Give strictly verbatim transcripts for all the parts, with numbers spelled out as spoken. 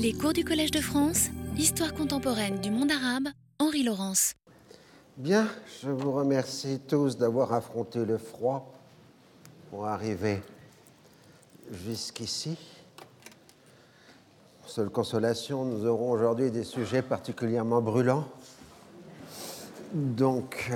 Les cours du Collège de France, Histoire contemporaine du monde arabe, Henri Laurence. Bien, je vous remercie tous d'avoir affronté le froid pour arriver jusqu'ici. Seule consolation, nous aurons aujourd'hui des sujets particulièrement brûlants. Donc,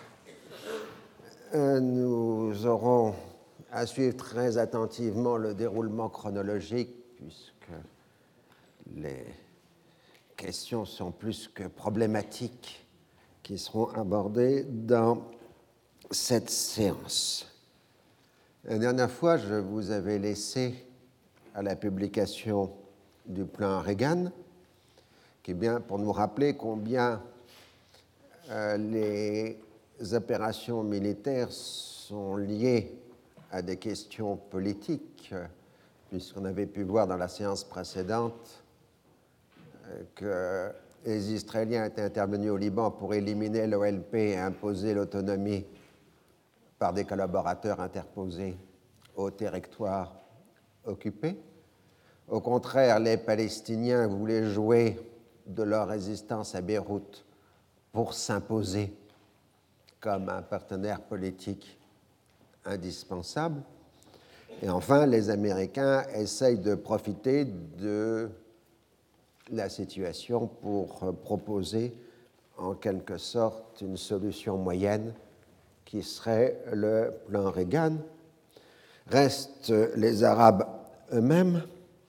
euh, nous aurons à suivre très attentivement le déroulement chronologique, puisque les questions sont plus que problématiques qui seront abordées dans cette séance. La dernière fois, je vous avais laissé à la publication du plan Reagan, qui est bien pour nous rappeler combien euh, les opérations militaires sont liées à des questions politiques, puisqu'on avait pu voir dans la séance précédente euh, que les Israéliens étaient intervenus au Liban pour éliminer l'O L P et imposer l'autonomie par des collaborateurs interposés au territoire occupé. Au contraire, les Palestiniens voulaient jouer de leur résistance à Beyrouth pour s'imposer comme un partenaire politique indispensable. Et enfin, les Américains essayent de profiter de la situation pour proposer en quelque sorte une solution moyenne qui serait le plan Reagan. Restent les Arabes eux-mêmes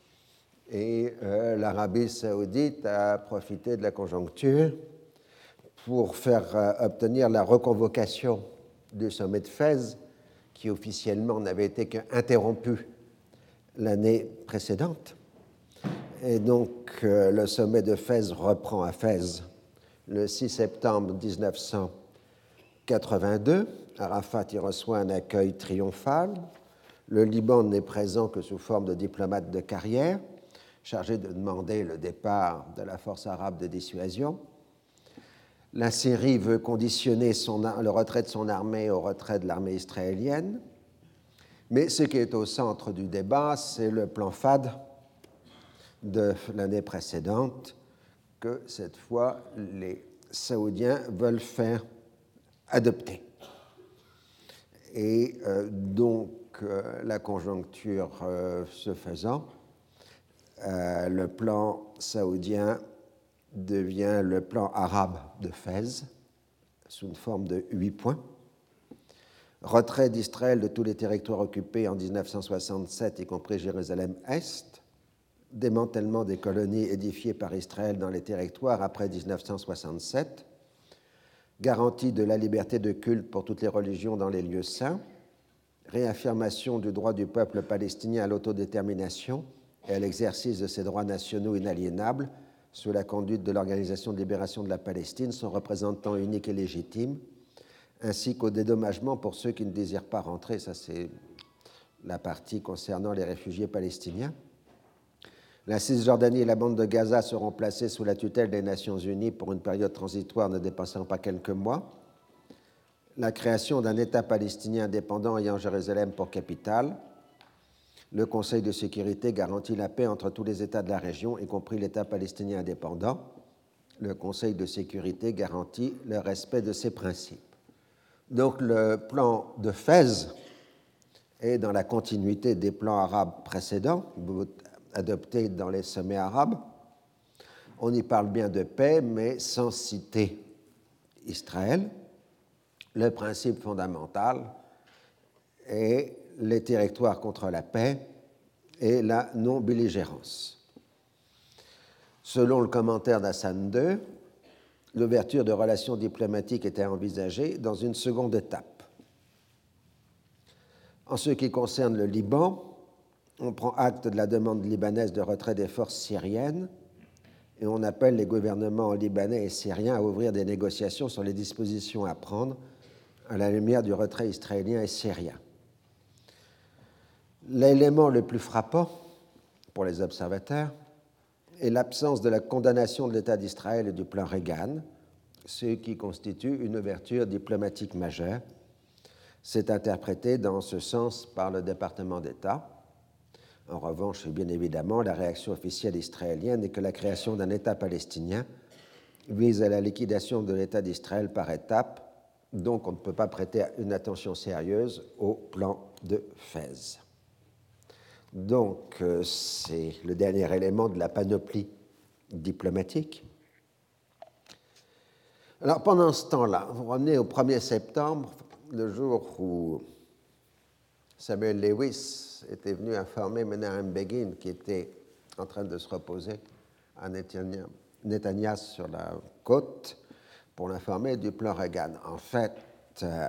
et euh, l'Arabie saoudite a profité de la conjoncture pour faire euh, obtenir la reconvocation du sommet de Fès qui officiellement n'avait été qu'interrompu l'année précédente. Et donc, euh, le sommet de Fès reprend à Fès le six septembre mille neuf cent quatre-vingt-deux. Arafat y reçoit un accueil triomphal. Le Liban n'est présent que sous forme de diplomate de carrière, chargé de demander le départ de la force arabe de dissuasion. La Syrie veut conditionner son, le retrait de son armée au retrait de l'armée israélienne. Mais ce qui est au centre du débat, c'est le plan F A D de l'année précédente que cette fois les Saoudiens veulent faire adopter. Et euh, donc euh, la conjoncture euh, se faisant, euh, le plan saoudien devient le plan arabe de Fès sous une forme de huit points. Retrait d'Israël de tous les territoires occupés en mille neuf cent soixante-sept, y compris Jérusalem-Est. Démantèlement des colonies édifiées par Israël dans les territoires après mille neuf cent soixante-sept, garantie de la liberté de culte pour toutes les religions dans les lieux saints, réaffirmation du droit du peuple palestinien à l'autodétermination et à l'exercice de ses droits nationaux inaliénables sous la conduite de l'Organisation de libération de la Palestine, son représentant unique et légitime, ainsi qu'au dédommagement pour ceux qui ne désirent pas rentrer, ça c'est la partie concernant les réfugiés palestiniens. La Cisjordanie et la bande de Gaza seront placées sous la tutelle des Nations Unies pour une période transitoire ne dépassant pas quelques mois. La création d'un État palestinien indépendant ayant Jérusalem pour capitale. Le Conseil de sécurité garantit la paix entre tous les États de la région, y compris l'État palestinien indépendant. Le Conseil de sécurité garantit le respect de ces principes. Donc le plan de Fès est dans la continuité des plans arabes précédents, adopté dans les sommets arabes. On y parle bien de paix, mais sans citer Israël. Le principe fondamental est les territoires contre la paix et la non-belligérance. Selon le commentaire d'Hassan deux, l'ouverture de relations diplomatiques était envisagée dans une seconde étape. En ce qui concerne le Liban, on prend acte de la demande libanaise de retrait des forces syriennes et on appelle les gouvernements libanais et syriens à ouvrir des négociations sur les dispositions à prendre à la lumière du retrait israélien et syrien. L'élément le plus frappant pour les observateurs est l'absence de la condamnation de l'État d'Israël et du plan Reagan, ce qui constitue une ouverture diplomatique majeure. C'est interprété dans ce sens par le département d'État. En revanche, bien évidemment, la réaction officielle israélienne est que la création d'un État palestinien vise à la liquidation de l'État d'Israël par étapes, donc on ne peut pas prêter une attention sérieuse au plan de Fès. Donc, euh, c'est le dernier élément de la panoplie diplomatique. Alors, pendant ce temps-là, vous revenez au premier septembre, le jour où Samuel Lewis était venu informer Menahem Begin, qui était en train de se reposer à Netanyah sur la côte, pour l'informer du plan Reagan. En fait, euh,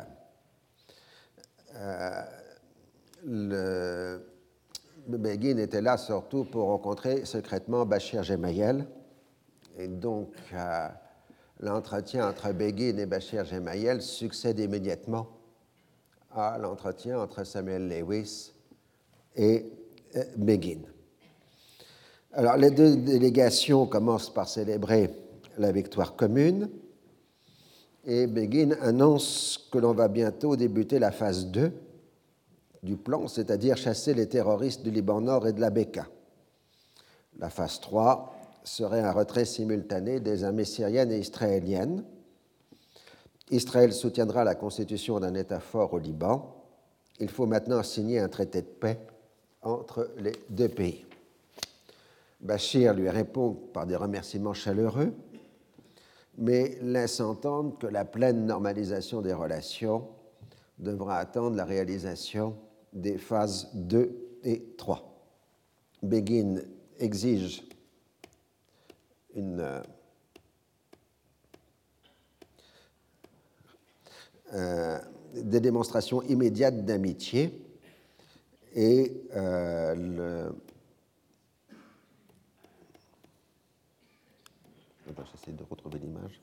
euh, le, Begin était là surtout pour rencontrer secrètement Bachir Gemayel. Et donc, euh, l'entretien entre Begin et Bachir Gemayel succède immédiatement à l'entretien entre Samuel Lewis et euh, Begin. Alors, les deux délégations commencent par célébrer la victoire commune et Begin annonce que l'on va bientôt débuter la phase deux du plan, c'est-à-dire chasser les terroristes du Liban Nord et de la Beka. La phase trois serait un retrait simultané des armées syriennes et israéliennes. Israël soutiendra la constitution d'un État fort au Liban. Il faut maintenant signer un traité de paix entre les deux pays. Bachir lui répond par des remerciements chaleureux, mais laisse entendre que la pleine normalisation des relations devra attendre la réalisation des phases deux et trois. Begin exige une euh, des démonstrations immédiates d'amitié et euh, le... J'essaie de retrouver l'image.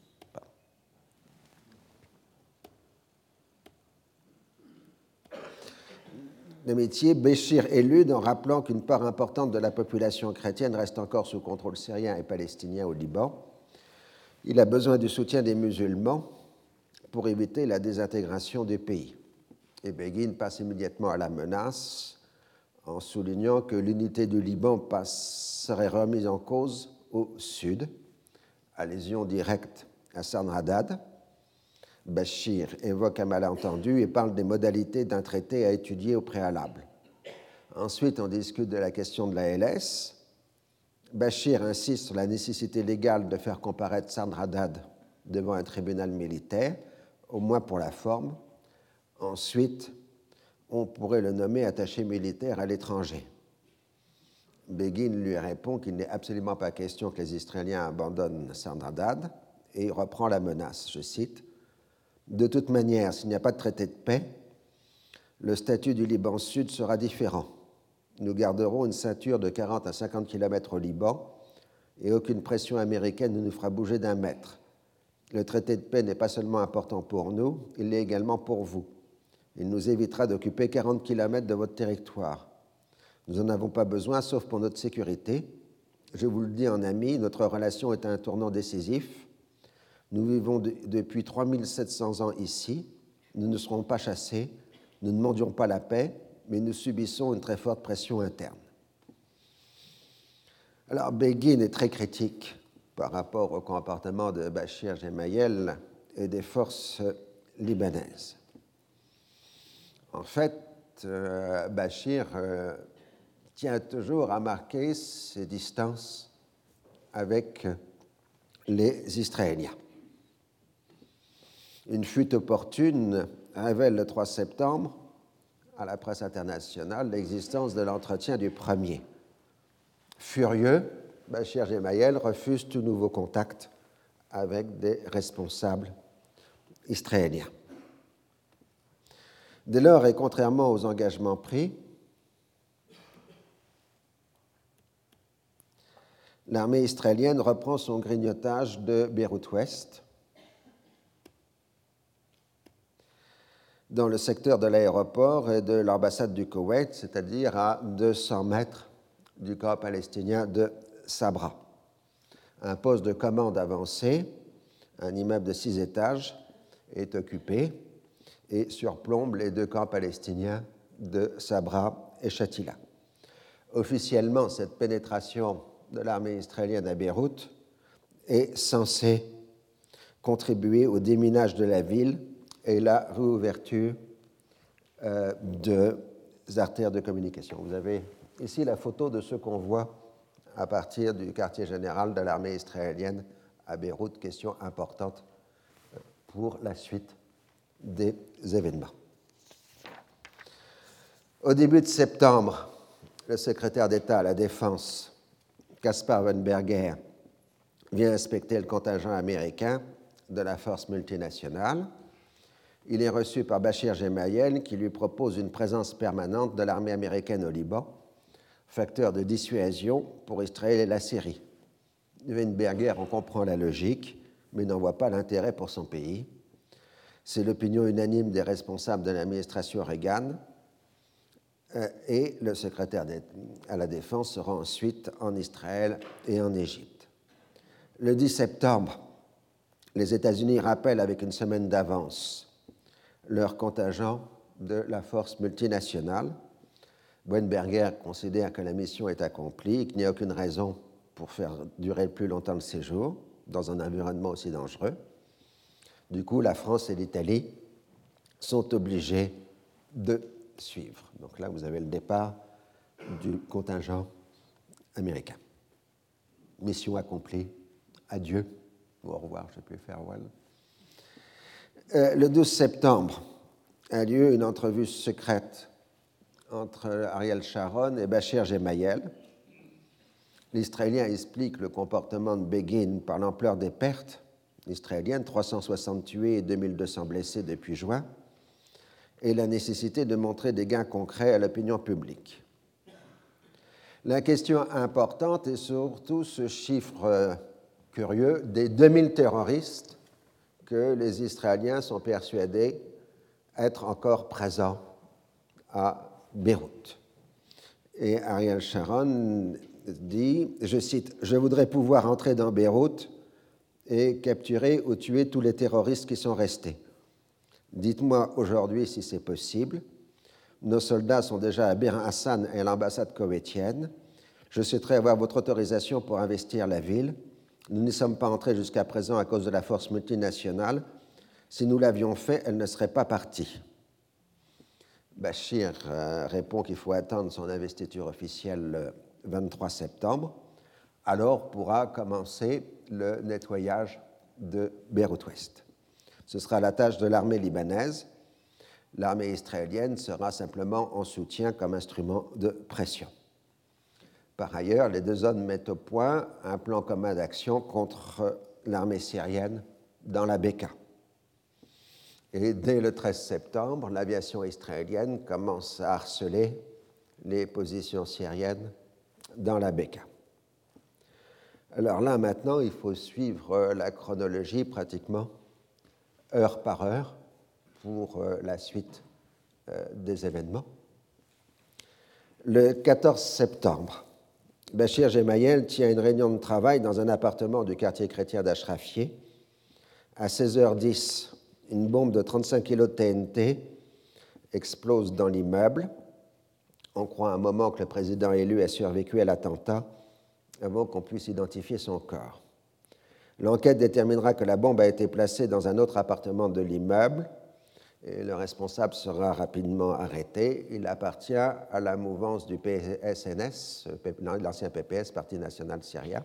L'amitié, Béchir élude en rappelant qu'une part importante de la population chrétienne reste encore sous contrôle syrien et palestinien au Liban. Il a besoin du soutien des musulmans pour éviter la désintégration du pays. Et Begin passe immédiatement à la menace en soulignant que l'unité du Liban passe, serait remise en cause au sud, allusion directe à Sanradad. Bachir évoque un malentendu et parle des modalités d'un traité à étudier au préalable. Ensuite, on discute de la question de la L S. Bachir insiste sur la nécessité légale de faire comparaître Sanradad devant un tribunal militaire, au moins pour la forme. Ensuite, on pourrait le nommer attaché militaire à l'étranger. Begin lui répond qu'il n'est absolument pas question que les Israéliens abandonnent Sanradad et il reprend la menace, je cite, « De toute manière, s'il n'y a pas de traité de paix, le statut du Liban Sud sera différent. Nous garderons une ceinture de quarante à cinquante kilomètres au Liban et aucune pression américaine ne nous fera bouger d'un mètre. Le traité de paix n'est pas seulement important pour nous, il l'est également pour vous. Il nous évitera d'occuper quarante kilomètres de votre territoire. Nous n'en avons pas besoin, sauf pour notre sécurité. Je vous le dis en ami, notre relation est à un tournant décisif. Nous vivons de, depuis trois mille sept cents ans ici. Nous ne serons pas chassés. Nous ne demandions pas la paix, mais nous subissons une très forte pression interne. » Alors, Begin est très critique par rapport au comportement de Bachir Gemayel et des forces libanaises. En fait, euh, Bachir euh, tient toujours à marquer ses distances avec les Israéliens. Une fuite opportune révèle le trois septembre à la presse internationale l'existence de l'entretien du premier. Furieux, Bachir Gemayel refuse tout nouveau contact avec des responsables israéliens. Dès lors, et contrairement aux engagements pris, l'armée israélienne reprend son grignotage de Beyrouth-Ouest dans le secteur de l'aéroport et de l'ambassade du Koweït, c'est-à-dire à deux cents mètres du camp palestinien de Sabra. Un poste de commande avancé, un immeuble de six étages, est occupé et surplombe les deux camps palestiniens de Sabra et Shatila. Officiellement, cette pénétration de l'armée israélienne à Beyrouth est censée contribuer au déminage de la ville et la réouverture euh, des artères de communication. Vous avez ici la photo de ce qu'on voit à partir du quartier général de l'armée israélienne à Beyrouth, question importante pour la suite des événements. Au début de septembre, le secrétaire d'État à la Défense, Caspar Weinberger, vient inspecter le contingent américain de la force multinationale. Il est reçu par Bachir Gemayel qui lui propose une présence permanente de l'armée américaine au Liban, facteur de dissuasion pour Israël et la Syrie. Weinberger en comprend la logique, mais n'en voit pas l'intérêt pour son pays. C'est l'opinion unanime des responsables de l'administration Reagan, et le secrétaire à la Défense se rend ensuite en Israël et en Égypte. Le dix septembre, les États-Unis rappellent avec une semaine d'avance leur contingent de la force multinationale. Weinberger considère que la mission est accomplie et qu'il n'y a aucune raison pour faire durer plus longtemps le séjour dans un environnement aussi dangereux. Du coup, la France et l'Italie sont obligées de suivre. Donc là, vous avez le départ du contingent américain. Mission accomplie. Adieu. Ou au revoir, je ne sais plus faire well. Euh, le douze septembre a lieu une entrevue secrète entre Ariel Sharon et Bachir Gemayel. L'Israélien explique le comportement de Begin par l'ampleur des pertes israéliennes, trois cent soixante tués et deux mille deux cents blessés depuis juin, et la nécessité de montrer des gains concrets à l'opinion publique. La question importante est surtout ce chiffre euh, curieux des deux mille terroristes que les Israéliens sont persuadés être encore présents à Beyrouth. Et Ariel Sharon dit, je cite, « Je voudrais pouvoir entrer dans Beyrouth et capturer ou tuer tous les terroristes qui sont restés. Dites-moi aujourd'hui si c'est possible. Nos soldats sont déjà à Bir Hassan et à l'ambassade koweïtienne. Je souhaiterais avoir votre autorisation pour investir la ville. Nous n'y sommes pas entrés jusqu'à présent à cause de la force multinationale. Si nous l'avions fait, elle ne serait pas partie. » Bachir euh, répond qu'il faut attendre son investiture officielle le vingt-trois septembre. Alors pourra commencer le nettoyage de Beyrouth-Ouest. Ce sera la tâche de l'armée libanaise. L'armée israélienne sera simplement en soutien comme instrument de pression. Par ailleurs, les deux zones mettent au point un plan commun d'action contre l'armée syrienne dans la Bekaa. Et dès le treize septembre, l'aviation israélienne commence à harceler les positions syriennes dans la Bekaa. Alors là, maintenant, il faut suivre la chronologie pratiquement heure par heure pour la suite des événements. Le quatorze septembre, Bachir Gemayel tient une réunion de travail dans un appartement du quartier chrétien d'Ashrafieh. À seize heures dix, une bombe de trente-cinq kilos de T N T explose dans l'immeuble. On croit un moment que le président élu a survécu à l'attentat avant qu'on puisse identifier son corps. L'enquête déterminera que la bombe a été placée dans un autre appartement de l'immeuble et le responsable sera rapidement arrêté. Il appartient à la mouvance du P S N S, l'ancien P P S, Parti national syrien,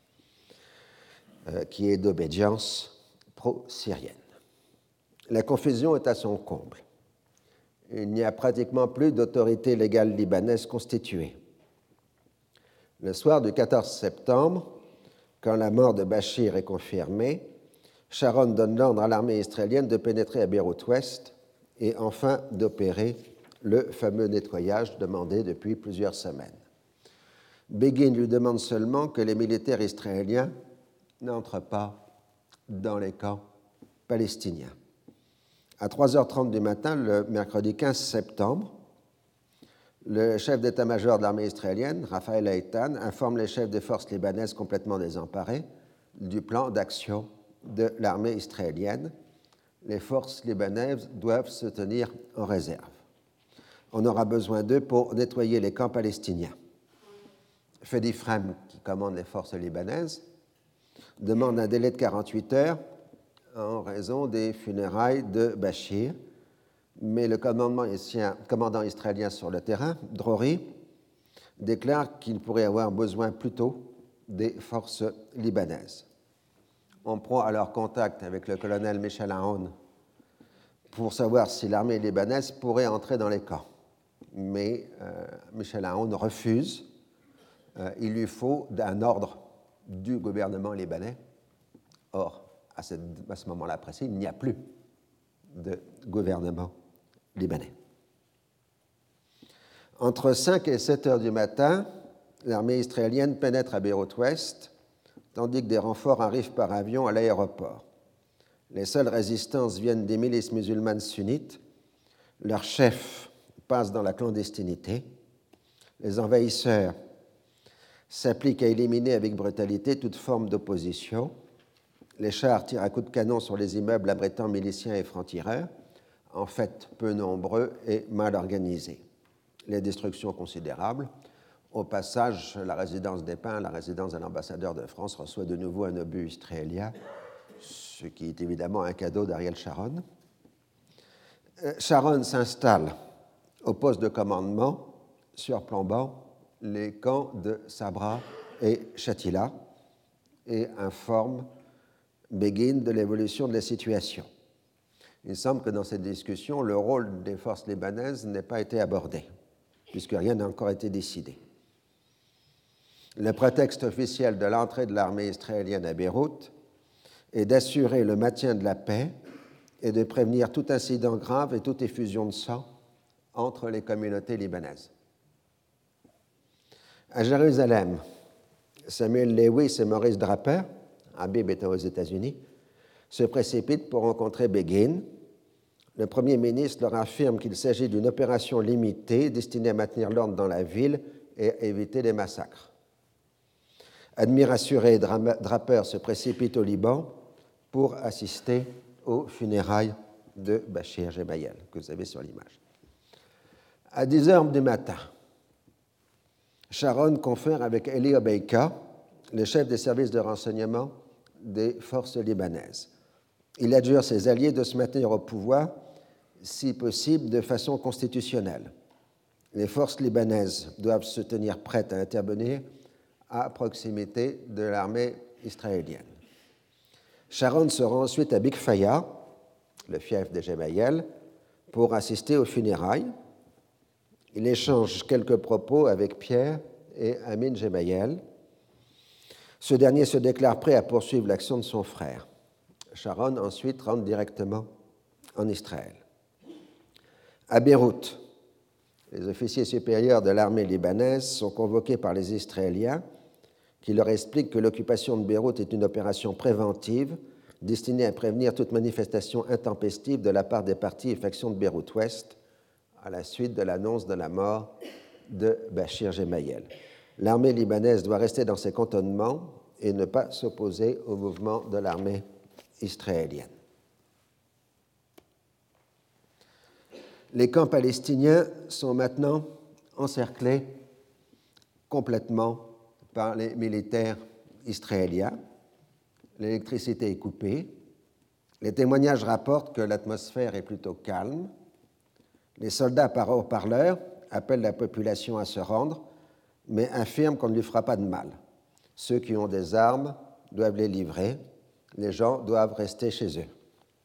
qui est d'obédience pro-syrienne. La confusion est à son comble. Il n'y a pratiquement plus d'autorité légale libanaise constituée. Le soir du quatorze septembre, quand la mort de Bachir est confirmée, Sharon donne l'ordre à l'armée israélienne de pénétrer à Beyrouth-Ouest et enfin d'opérer le fameux nettoyage demandé depuis plusieurs semaines. Begin lui demande seulement que les militaires israéliens n'entrent pas dans les camps palestiniens. À trois heures trente du matin, le mercredi quinze septembre, le chef d'état-major de l'armée israélienne, Raphaël Eitan, informe les chefs des forces libanaises complètement désemparés du plan d'action de l'armée israélienne. Les forces libanaises doivent se tenir en réserve. On aura besoin d'eux pour nettoyer les camps palestiniens. Fedi Frem, qui commande les forces libanaises, demande un délai de quarante-huit heures en raison des funérailles de Bachir, mais le commandant israélien sur le terrain, Drori, déclare qu'il pourrait avoir besoin plutôt des forces libanaises. On prend alors contact avec le colonel Michel Aoun pour savoir si l'armée libanaise pourrait entrer dans les camps. Mais euh, Michel Aoun refuse. Euh, il lui faut un ordre du gouvernement libanais. Or, à, cette, à ce moment-là précis, il n'y a plus de gouvernement libanais. Entre cinq et sept heures du matin, l'armée israélienne pénètre à Beyrouth-Ouest, tandis que des renforts arrivent par avion à l'aéroport. Les seules résistances viennent des milices musulmanes sunnites. Leur chef passe dans la clandestinité. Les envahisseurs s'appliquent à éliminer avec brutalité toute forme d'opposition. Les chars tirent à coups de canon sur les immeubles abritant miliciens et francs-tireurs, en fait peu nombreux et mal organisés. Les destructions considérables. Au passage, la résidence des Pins, la résidence de l'ambassadeur de France, reçoit de nouveau un obus israélien, ce qui est évidemment un cadeau d'Ariel Sharon. Sharon s'installe au poste de commandement, surplombant les camps de Sabra et Shatila, et informe Begin de l'évolution de la situation. Il semble que dans cette discussion, le rôle des forces libanaises n'ait pas été abordé, puisque rien n'a encore été décidé. Le prétexte officiel de l'entrée de l'armée israélienne à Beyrouth est d'assurer le maintien de la paix et de prévenir tout incident grave et toute effusion de sang entre les communautés libanaises. À Jérusalem, Samuel Lewis et Maurice Draper, Habib était aux États-Unis, se précipitent pour rencontrer Begin. Le Premier ministre leur affirme qu'il s'agit d'une opération limitée destinée à maintenir l'ordre dans la ville et à éviter les massacres. Admire assuré, Draper se précipite au Liban pour assister aux funérailles de Bachir Gemayel, que vous avez sur l'image. À dix heures du matin, Sharon confère avec Eli Obeika, le chef des services de renseignement des forces libanaises. Il adjure ses alliés de se maintenir au pouvoir, si possible de façon constitutionnelle. Les forces libanaises doivent se tenir prêtes à intervenir à proximité de l'armée israélienne. Sharon se rend ensuite à Bikfaya, le fief de Gemayel, pour assister aux funérailles. Il échange quelques propos avec Pierre et Amin Gemayel. Ce dernier se déclare prêt à poursuivre l'action de son frère. Sharon ensuite rentre directement en Israël. À Beyrouth, les officiers supérieurs de l'armée libanaise sont convoqués par les Israéliens qui leur expliquent que l'occupation de Beyrouth est une opération préventive destinée à prévenir toute manifestation intempestive de la part des partis et factions de Beyrouth-Ouest à la suite de l'annonce de la mort de Bachir Gemayel. L'armée libanaise doit rester dans ses cantonnements et ne pas s'opposer au mouvement de l'armée israélienne. Les camps palestiniens sont maintenant encerclés complètement par les militaires israéliens. L'électricité est coupée. Les témoignages rapportent que l'atmosphère est plutôt calme. Les soldats par haut-parleur appellent la population à se rendre, mais affirment qu'on ne lui fera pas de mal. Ceux qui ont des armes doivent les livrer. Les gens doivent rester chez eux.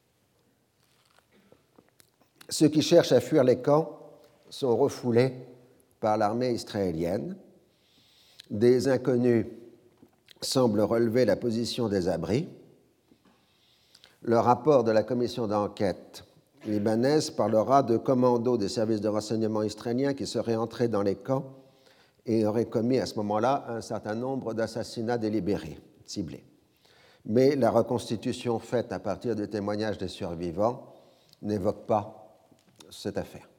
Ceux qui cherchent à fuir les camps sont refoulés par l'armée israélienne. Des inconnus semblent relever la position des abris. Le rapport de la commission d'enquête libanaise parlera de commandos des services de renseignement israéliens qui seraient entrés dans les camps et auraient commis à ce moment-là un certain nombre d'assassinats délibérés, ciblés. Mais la reconstitution faite à partir des témoignages des survivants n'évoque pas cette affaire.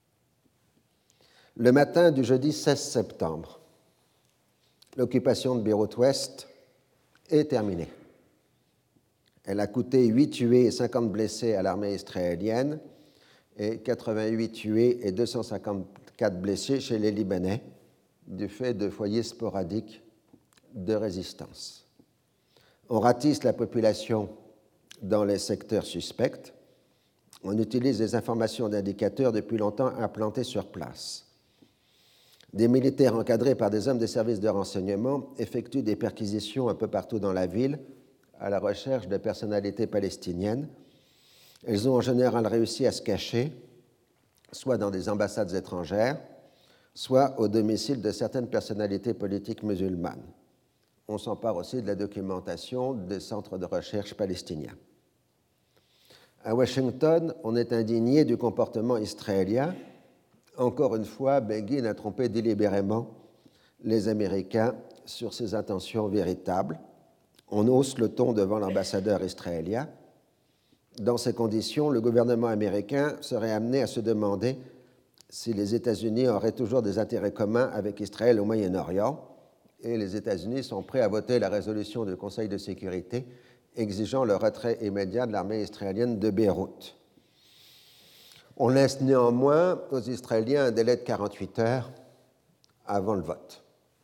Le matin du jeudi seize septembre, l'occupation de Beyrouth-Ouest est terminée. Elle a coûté huit tués et cinquante blessés à l'armée israélienne et quatre-vingt-huit tués et deux cent cinquante-quatre blessés chez les Libanais, du fait de foyers sporadiques de résistance. On ratisse la population dans les secteurs suspects. On utilise les informations d'indicateurs depuis longtemps implantés sur place. Des militaires encadrés par des hommes des services de renseignement effectuent des perquisitions un peu partout dans la ville à la recherche de personnalités palestiniennes. Elles ont en général réussi à se cacher, soit dans des ambassades étrangères, soit au domicile de certaines personnalités politiques musulmanes. On s'empare aussi de la documentation des centres de recherche palestiniens. À Washington, on est indigné du comportement israélien. Encore une fois, Begin a trompé délibérément les Américains sur ses intentions véritables. On hausse le ton devant l'ambassadeur israélien. Dans ces conditions, le gouvernement américain serait amené à se demander si les États-Unis auraient toujours des intérêts communs avec Israël au Moyen-Orient, et les États-Unis sont prêts à voter la résolution du Conseil de sécurité exigeant le retrait immédiat de l'armée israélienne de Beyrouth. On laisse néanmoins aux Israéliens un délai de quarante-huit heures avant le vote.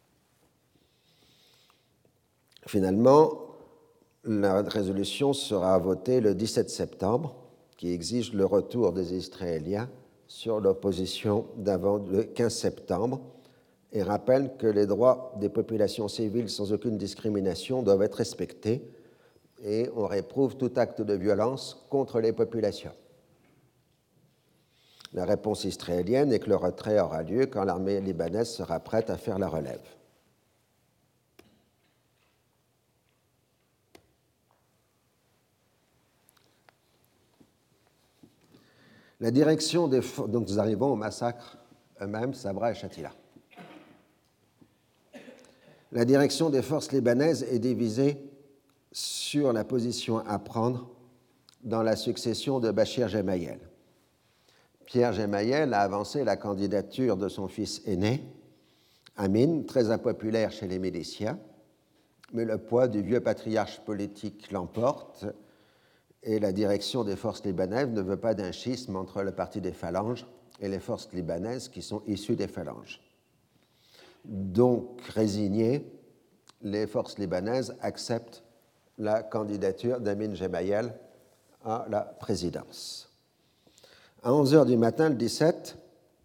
Finalement, la résolution sera votée le dix-sept septembre, qui exige le retour des Israéliens sur l'opposition d'avant le quinze septembre, et rappelle que les droits des populations civiles sans aucune discrimination doivent être respectés, et on réprouve tout acte de violence contre les populations. La réponse israélienne est que le retrait aura lieu quand l'armée libanaise sera prête à faire la relève. La direction des forces... Donc nous arrivons au massacre eux-mêmes, Sabra et Shatila. La direction des forces libanaises est divisée sur la position à prendre dans la succession de Bachir Gemayel. Pierre Gemayel a avancé la candidature de son fils aîné, Amin, très impopulaire chez les miliciens, mais le poids du vieux patriarche politique l'emporte et la direction des forces libanaises ne veut pas d'un schisme entre le parti des phalanges et les forces libanaises qui sont issues des phalanges. Donc, résignées, les forces libanaises acceptent la candidature d'Amin Gemayel à la présidence. À onze heures du matin, le dix-sept,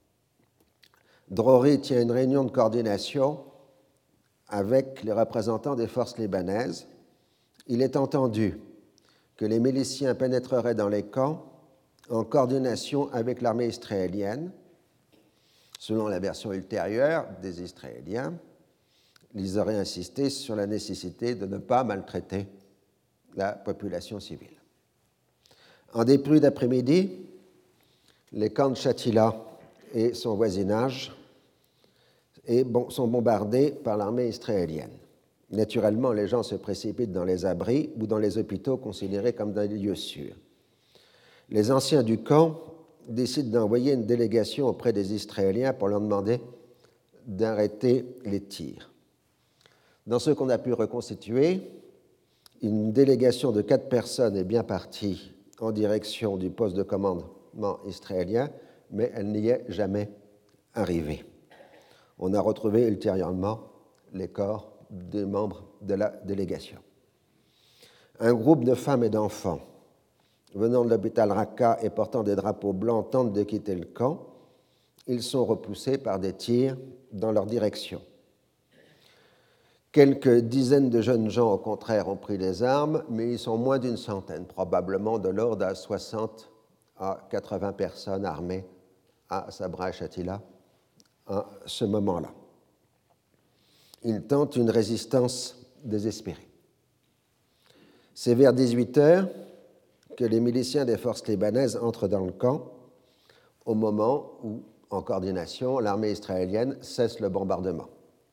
Drori tient une réunion de coordination avec les représentants des forces libanaises. Il est entendu que les miliciens pénétreraient dans les camps en coordination avec l'armée israélienne. Selon la version ultérieure des Israéliens, ils auraient insisté sur la nécessité de ne pas maltraiter la population civile. En début d'après-midi, les camps de Shatila et son voisinage sont bombardés par l'armée israélienne. Naturellement, les gens se précipitent dans les abris ou dans les hôpitaux considérés comme des lieux sûrs. Les anciens du camp décident d'envoyer une délégation auprès des Israéliens pour leur demander d'arrêter les tirs. Dans ce qu'on a pu reconstituer, une délégation de quatre personnes est bien partie en direction du poste de commandement israélien, mais elle n'y est jamais arrivée. On a retrouvé ultérieurement les corps des membres de la délégation. Un groupe de femmes et d'enfants venant de l'hôpital Raqqa et portant des drapeaux blancs tentent de quitter le camp. Ils sont repoussés par des tirs dans leur direction. Quelques dizaines de jeunes gens, au contraire, ont pris les armes, mais ils sont moins d'une centaine, probablement de l'ordre à soixante à quatre-vingts personnes armées à Sabra et Shatila à ce moment-là. Ils tentent une résistance désespérée. C'est vers dix-huit heures que les miliciens des forces libanaises entrent dans le camp, au moment où, en coordination, l'armée israélienne cesse le bombardement.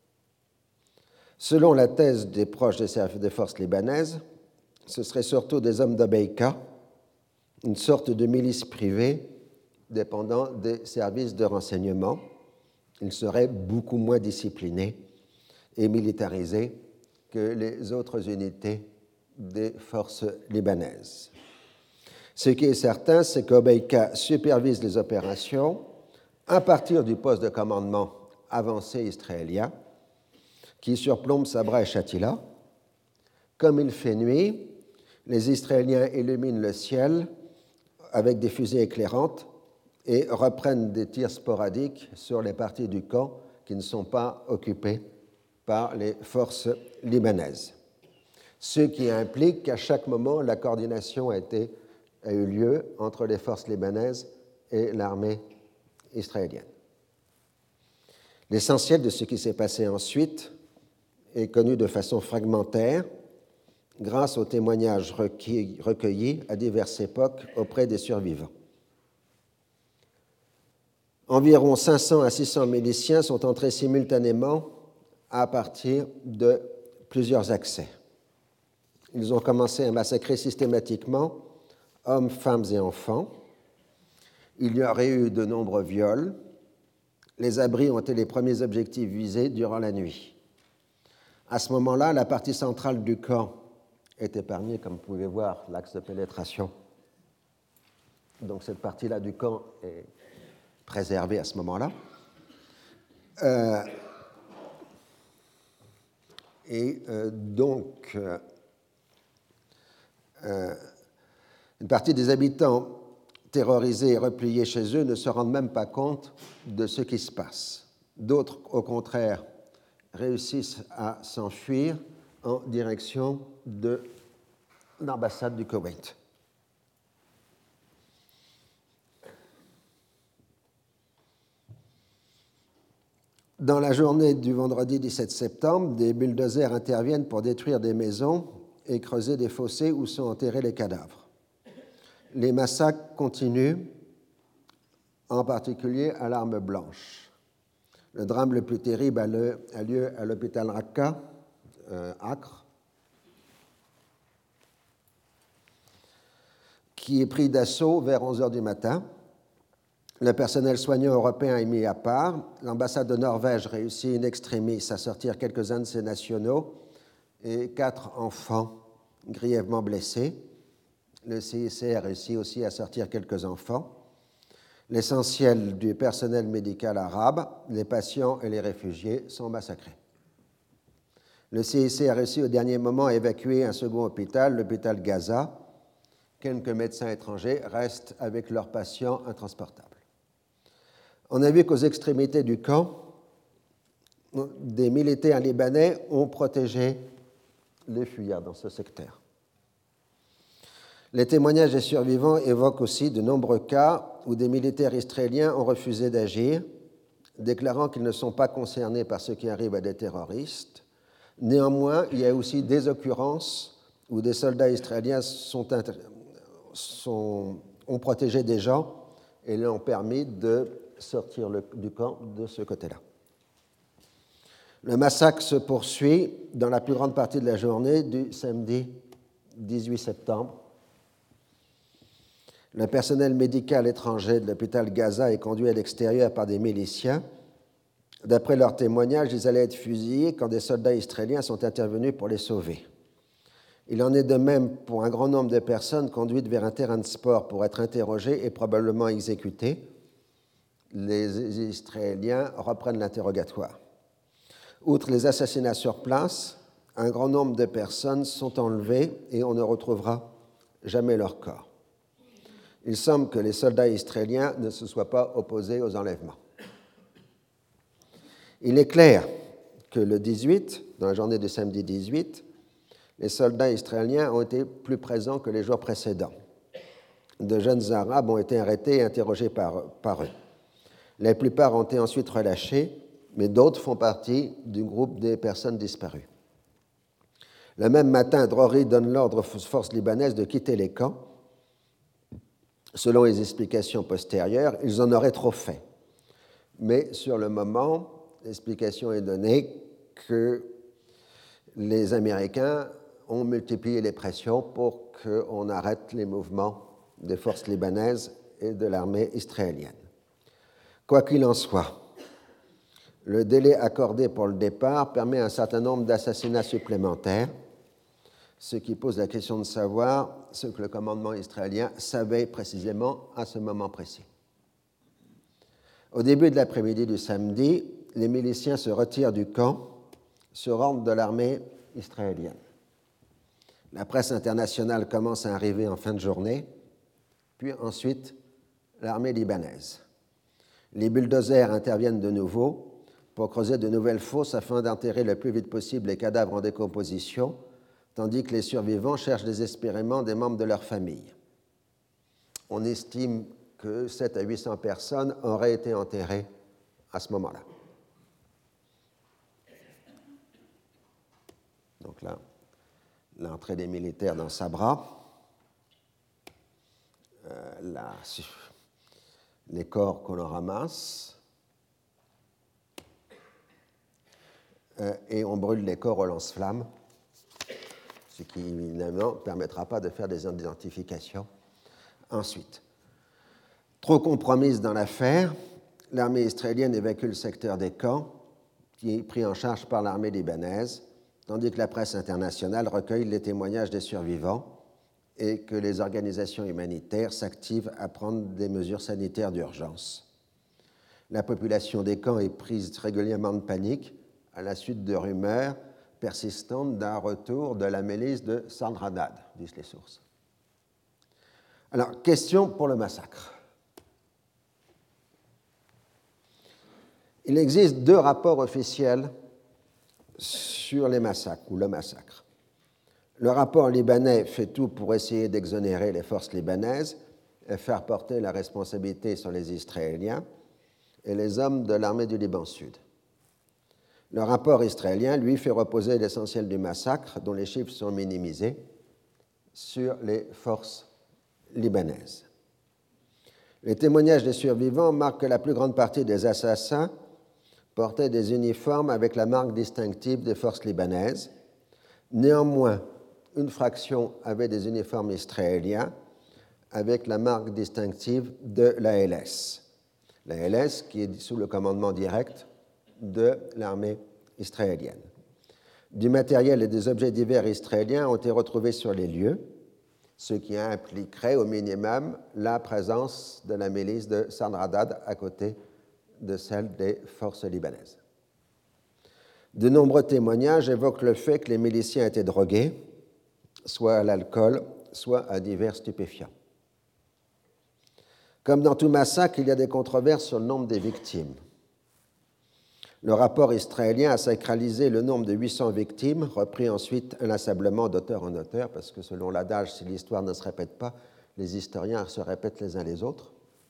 Selon la thèse des proches des forces libanaises, ce seraient surtout des hommes d'Abeika, une sorte de milice privée dépendant des services de renseignement. Ils seraient beaucoup moins disciplinés et militarisés que les autres unités des forces libanaises. Ce qui est certain, c'est qu'Abeika supervise les opérations à partir du poste de commandement avancé israélien qui surplombe Sabra et Shatila. Comme il fait nuit, les Israéliens illuminent le ciel avec des fusées éclairantes et reprennent des tirs sporadiques sur les parties du camp qui ne sont pas occupées par les forces libanaises. Ce qui implique qu'à chaque moment, la coordination a, été, a eu lieu entre les forces libanaises et l'armée israélienne. L'essentiel de ce qui s'est passé ensuite est connu de façon fragmentaire grâce aux témoignages recueillis à diverses époques auprès des survivants. Environ cinq cents à six cents miliciens sont entrés simultanément à partir de plusieurs accès. Ils ont commencé à massacrer systématiquement hommes, femmes et enfants. Il y aurait eu de nombreux viols. Les abris ont été les premiers objectifs visés durant la nuit. À ce moment-là, la partie centrale du camp est épargnée, comme vous pouvez voir, l'axe de pénétration. Donc cette partie-là du camp est préservée à ce moment-là. Euh, et euh, donc, euh, euh, une partie des habitants terrorisés et repliés chez eux ne se rendent même pas compte de ce qui se passe. D'autres, au contraire, réussissent à s'enfuir en direction de l'ambassade du Koweït. Dans la journée du vendredi dix-sept septembre, des bulldozers interviennent pour détruire des maisons et creuser des fossés où sont enterrés les cadavres. Les massacres continuent, en particulier à l'arme blanche. Le drame le plus terrible a, le, a lieu à l'hôpital Raqqa, euh, Acre, qui est pris d'assaut vers onze heures du matin. Le personnel soignant européen est mis à part. L'ambassade de Norvège réussit in extremis à sortir quelques-uns de ses nationaux et quatre enfants grièvement blessés. Le C I C a réussi aussi à sortir quelques enfants. L'essentiel du personnel médical arabe, les patients et les réfugiés sont massacrés. Le C I C a réussi au dernier moment à évacuer un second hôpital, l'hôpital Gaza. Quelques médecins étrangers restent avec leurs patients intransportables. On a vu qu'aux extrémités du camp, des militaires libanais ont protégé les fuyards dans ce secteur. Les témoignages des survivants évoquent aussi de nombreux cas où des militaires israéliens ont refusé d'agir, déclarant qu'ils ne sont pas concernés par ce qui arrive à des terroristes. Néanmoins, il y a aussi des occurrences où des soldats israéliens sont, sont, ont protégé des gens et leur ont permis de sortir le, du camp de ce côté-là. Le massacre se poursuit dans la plus grande partie de la journée du samedi dix-huit septembre. Le personnel médical étranger de l'hôpital Gaza est conduit à l'extérieur par des miliciens. D'après leurs témoignages, ils allaient être fusillés quand des soldats israéliens sont intervenus pour les sauver. Il en est de même pour un grand nombre de personnes conduites vers un terrain de sport pour être interrogées et probablement exécutées. Les Israéliens reprennent l'interrogatoire. Outre les assassinats sur place, un grand nombre de personnes sont enlevées et on ne retrouvera jamais leur corps. Il semble que les soldats israéliens ne se soient pas opposés aux enlèvements. Il est clair que le dix-huit, dans la journée du samedi dix-huit, les soldats israéliens ont été plus présents que les jours précédents. De jeunes Arabes ont été arrêtés et interrogés par, par eux. La plupart ont été ensuite relâchés, mais d'autres font partie du groupe des personnes disparues. Le même matin, Drori donne l'ordre aux forces libanaises de quitter les camps. Selon les explications postérieures, ils en auraient trop fait. Mais sur le moment, l'explication est donnée que les Américains ont multiplié les pressions pour qu'on arrête les mouvements des forces libanaises et de l'armée israélienne. Quoi qu'il en soit, le délai accordé pour le départ permet un certain nombre d'assassinats supplémentaires, ce qui pose la question de savoir ce que le commandement israélien savait précisément à ce moment précis. Au début de l'après-midi du samedi, les miliciens se retirent du camp sur ordre de l'armée israélienne. La presse internationale commence à arriver en fin de journée, puis ensuite l'armée libanaise. Les bulldozers interviennent de nouveau pour creuser de nouvelles fosses afin d'enterrer le plus vite possible les cadavres en décomposition, tandis que les survivants cherchent désespérément des membres de leur famille. On estime que sept à huit cents personnes auraient été enterrées à ce moment-là. Donc là, l'entrée des militaires dans Sabra, euh, la, les corps qu'on en ramasse, euh, et on brûle les corps au lance-flammes, ce qui évidemment ne permettra pas de faire des identifications ensuite. Trop compromise dans l'affaire, l'armée israélienne évacue le secteur des camps, qui est pris en charge par l'armée libanaise, tandis que la presse internationale recueille les témoignages des survivants et que les organisations humanitaires s'activent à prendre des mesures sanitaires d'urgence. La population des camps est prise régulièrement de panique à la suite de rumeurs persistantes d'un retour de la milice de Sanradad, disent les sources. Alors, question pour le massacre. Il existe deux rapports officiels sur les massacres, ou le massacre. Le rapport libanais fait tout pour essayer d'exonérer les forces libanaises et faire porter la responsabilité sur les Israéliens et les hommes de l'armée du Liban Sud. Le rapport israélien, lui, fait reposer l'essentiel du massacre, dont les chiffres sont minimisés, sur les forces libanaises. Les témoignages des survivants marquent que la plus grande partie des assassins portaient des uniformes avec la marque distinctive des forces libanaises. Néanmoins, une fraction avait des uniformes israéliens avec la marque distinctive de l'A L S. L'A L S qui est sous le commandement direct de l'armée israélienne. Du matériel et des objets divers israéliens ont été retrouvés sur les lieux, ce qui impliquerait au minimum la présence de la milice de Sanradad à côté de celle des forces libanaises. De nombreux témoignages évoquent le fait que les miliciens étaient drogués, soit à l'alcool, soit à divers stupéfiants. Comme dans tout massacre, il y a des controverses sur le nombre des victimes. Le rapport israélien a sacralisé le nombre de huit cents victimes, repris ensuite inlassablement d'auteur en auteur, parce que selon l'adage, si l'histoire ne se répète pas, les historiens se répètent les uns les autres.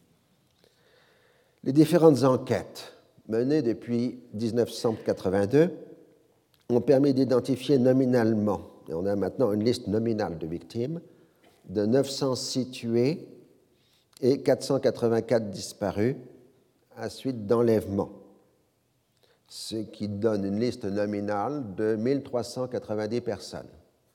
Les différentes enquêtes menées depuis dix-neuf cent quatre-vingt-deux ont permis d'identifier nominalement, et on a maintenant une liste nominale de victimes, de neuf cent six tués et quatre cent quatre-vingt-quatre disparus à suite d'enlèvements, ce qui donne une liste nominale de mille trois cent quatre-vingt-dix personnes.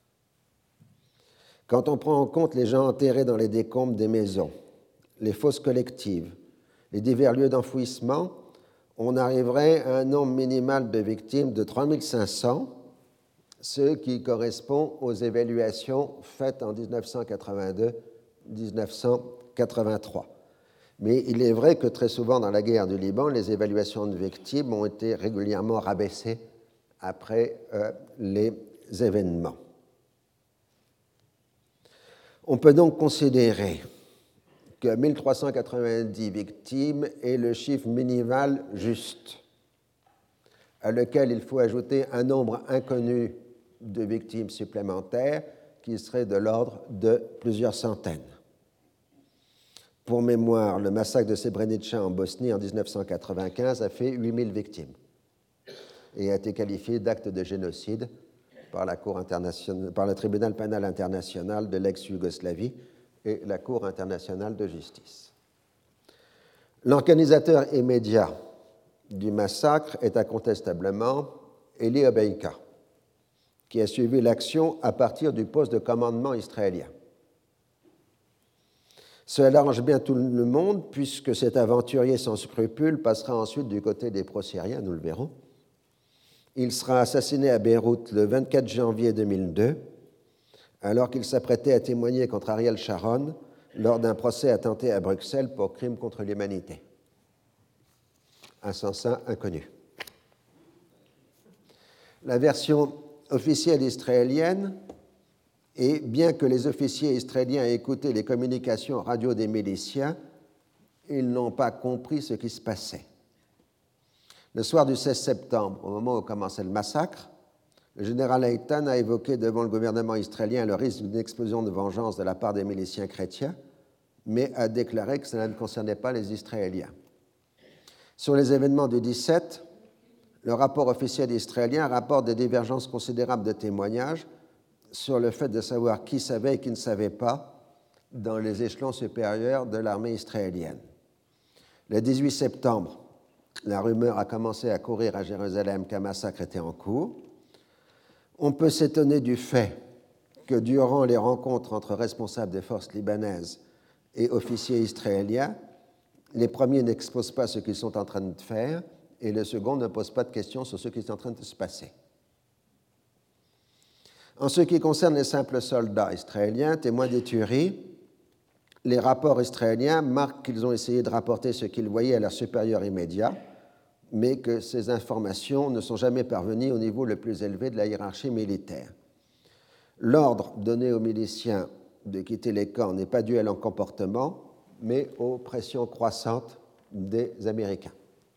Quand on prend en compte les gens enterrés dans les décombres des maisons, les fosses collectives, les divers lieux d'enfouissement, on arriverait à un nombre minimal de victimes de trois mille cinq cents, ce qui correspond aux évaluations faites en dix-neuf cent quatre-vingt-deux à dix-neuf cent quatre-vingt-trois. Mais il est vrai que très souvent dans la guerre du Liban, les évaluations de victimes ont été régulièrement rabaissées après euh, les événements. On peut donc considérer que mille trois cent quatre-vingt-dix victimes est le chiffre minimal juste, à lequel il faut ajouter un nombre inconnu de victimes supplémentaires qui serait de l'ordre de plusieurs centaines. Pour mémoire, le massacre de Srebrenica en Bosnie en dix-neuf cent quatre-vingt-quinze a fait huit mille victimes et a été qualifié d'acte de génocide par, la Cour internationale, par le tribunal pénal international de l'ex-Yougoslavie et la Cour internationale de justice. L'organisateur immédiat du massacre est incontestablement Eli Obeika, qui a suivi l'action à partir du poste de commandement israélien. Cela arrange bien tout le monde, puisque cet aventurier sans scrupules passera ensuite du côté des pro-syriens, nous le verrons. Il sera assassiné à Beyrouth le vingt-quatre janvier deux mille deux, alors qu'il s'apprêtait à témoigner contre Ariel Sharon lors d'un procès intenté à Bruxelles pour crime contre l'humanité. Assassin inconnu. La version officielle israélienne est, bien que les officiers israéliens aient écouté les communications radio des miliciens, ils n'ont pas compris ce qui se passait. Le soir du seize septembre, au moment où commençait le massacre, le général Eitan a évoqué devant le gouvernement israélien le risque d'une explosion de vengeance de la part des miliciens chrétiens, mais a déclaré que cela ne concernait pas les Israéliens. Sur les événements du dix-sept, le rapport officiel israélien rapporte des divergences considérables de témoignages sur le fait de savoir qui savait et qui ne savait pas dans les échelons supérieurs de l'armée israélienne. Le dix-huit septembre, la rumeur a commencé à courir à Jérusalem qu'un massacre était en cours. On peut s'étonner du fait que durant les rencontres entre responsables des forces libanaises et officiers israéliens, les premiers n'exposent pas ce qu'ils sont en train de faire et le second ne pose pas de questions sur ce qui est en train de se passer. En ce qui concerne les simples soldats israéliens, témoins des tueries, les rapports israéliens marquent qu'ils ont essayé de rapporter ce qu'ils voyaient à leurs supérieurs immédiats, mais que ces informations ne sont jamais parvenues au niveau le plus élevé de la hiérarchie militaire. L'ordre donné aux miliciens de quitter les camps n'est pas dû à leur comportement, mais aux pressions croissantes des Américains.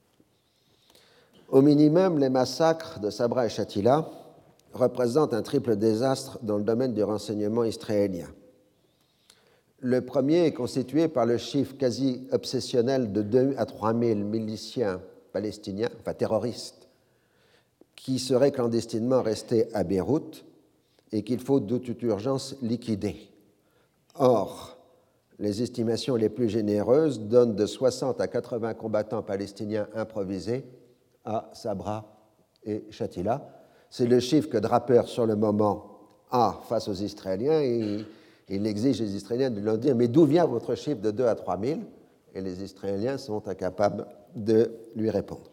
Au minimum, les massacres de Sabra et Shatila représentent un triple désastre dans le domaine du renseignement israélien. Le premier est constitué par le chiffre quasi obsessionnel de deux à trois mille miliciens palestiniens, enfin terroristes, qui seraient clandestinement restés à Beyrouth et qu'il faut de toute urgence liquider. Or, les estimations les plus généreuses donnent de soixante à quatre-vingts combattants palestiniens improvisés à Sabra et Shatila. C'est le chiffre que Draper, sur le moment, a face aux Israéliens et il exige des Israéliens de leur dire « Mais d'où vient votre chiffre de deux à trois mille » Et les Israéliens sont incapables de lui répondre.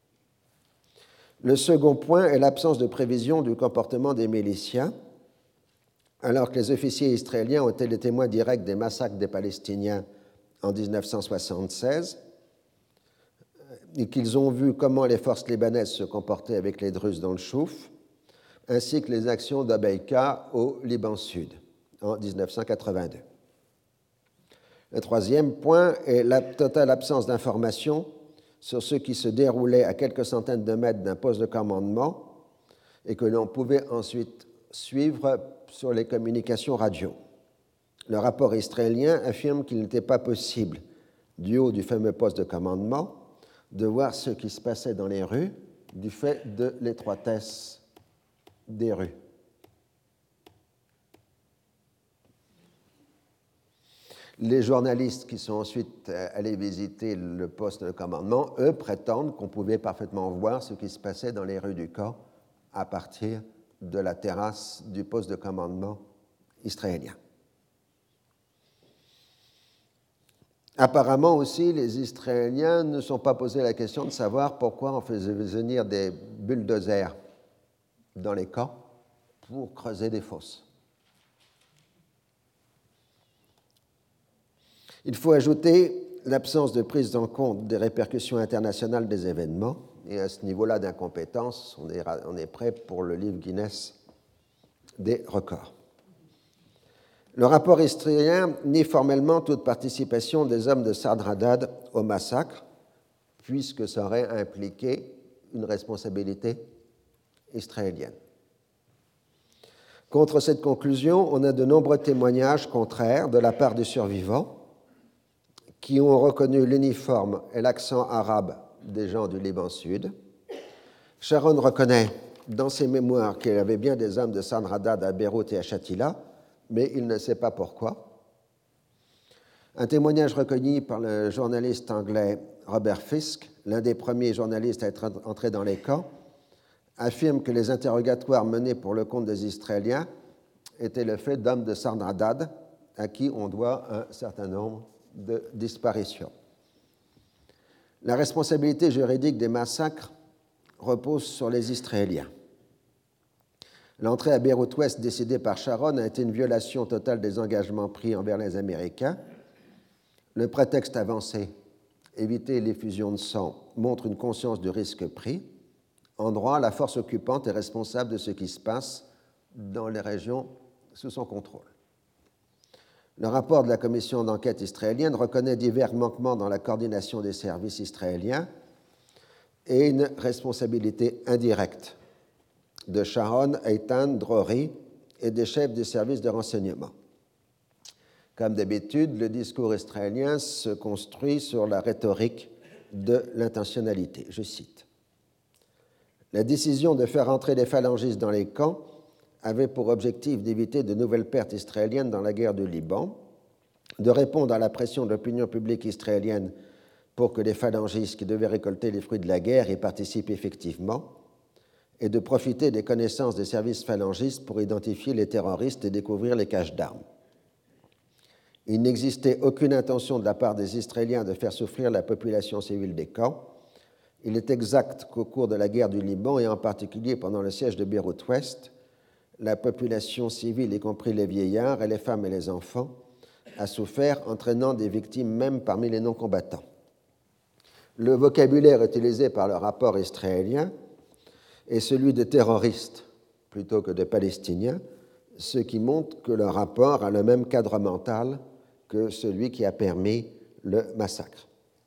Le second point est l'absence de prévision du comportement des miliciens, alors que les officiers israéliens ont été les témoins directs des massacres des Palestiniens en dix-neuf cent soixante-seize et qu'ils ont vu comment les forces libanaises se comportaient avec les Druzes dans le Chouf, ainsi que les actions d'Abeika au Liban Sud en dix-neuf cent quatre-vingt-deux. Le troisième point est la totale absence d'informations sur ce qui se déroulait à quelques centaines de mètres d'un poste de commandement et que l'on pouvait ensuite suivre sur les communications radio. Le rapport israélien affirme qu'il n'était pas possible, du haut du fameux poste de commandement, de voir ce qui se passait dans les rues du fait de l'étroitesse des rues. Les journalistes qui sont ensuite allés visiter le poste de commandement, eux, prétendent qu'on pouvait parfaitement voir ce qui se passait dans les rues du camp à partir de la terrasse du poste de commandement israélien. Apparemment aussi, les Israéliens ne se sont pas posé la question de savoir pourquoi on faisait venir des bulldozers dans les camps pour creuser des fosses. Il faut ajouter l'absence de prise en compte des répercussions internationales des événements, et à ce niveau-là d'incompétence, on est, on est prêt pour le livre Guinness des records. Le rapport israélien nie formellement toute participation des hommes de Sadr Haddad au massacre, puisque ça aurait impliqué une responsabilité israélienne. Contre cette conclusion, on a de nombreux témoignages contraires de la part des survivants qui ont reconnu l'uniforme et l'accent arabe des gens du Liban Sud. Sharon reconnaît dans ses mémoires qu'il y avait bien des hommes de Sadr Haddad à Beyrouth et à Shatila, mais il ne sait pas pourquoi. Un témoignage recueilli par le journaliste anglais Robert Fisk, l'un des premiers journalistes à être entré dans les camps, affirme que les interrogatoires menés pour le compte des Israéliens étaient le fait d'hommes de Sadr Haddad à qui on doit un certain nombre de disparitions. La responsabilité juridique des massacres repose sur les Israéliens. L'entrée à Beyrouth-Ouest décidée par Sharon a été une violation totale des engagements pris envers les Américains. Le prétexte avancé, éviter l'effusion de sang, montre une conscience du risque pris. En droit, la force occupante est responsable de ce qui se passe dans les régions sous son contrôle. Le rapport de la commission d'enquête israélienne reconnaît divers manquements dans la coordination des services israéliens et une responsabilité indirecte de Sharon, Eitan, Drori et des chefs des services de renseignement. Comme d'habitude, le discours israélien se construit sur la rhétorique de l'intentionnalité. Je cite. La décision de faire entrer les phalangistes dans les camps avait pour objectif d'éviter de nouvelles pertes israéliennes dans la guerre du Liban, de répondre à la pression de l'opinion publique israélienne pour que les phalangistes qui devaient récolter les fruits de la guerre y participent effectivement, et de profiter des connaissances des services phalangistes pour identifier les terroristes et découvrir les caches d'armes. Il n'existait aucune intention de la part des Israéliens de faire souffrir la population civile des camps. Il est exact qu'au cours de la guerre du Liban, et en particulier pendant le siège de Beyrouth-Ouest, la population civile, y compris les vieillards et les femmes et les enfants, a souffert, entraînant des victimes même parmi les non-combattants. Le vocabulaire utilisé par le rapport israélien est celui de terroristes plutôt que de Palestiniens, ce qui montre que le rapport a le même cadre mental que celui qui a permis le massacre.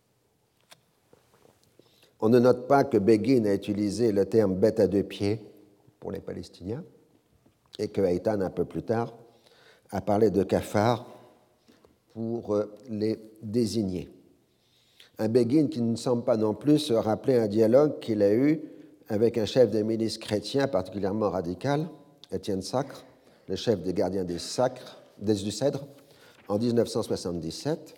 On ne note pas que Begin a utilisé le terme « bête à deux pieds » pour les Palestiniens et que Eitan, un peu plus tard, a parlé de cafards pour les désigner. Un Begin qui ne semble pas non plus se rappeler un dialogue qu'il a eu avec un chef de milice chrétien particulièrement radical, Étienne Sacre, le chef des gardiens des Sacres, des, du Cèdre, en dix-neuf cent soixante-dix-sept.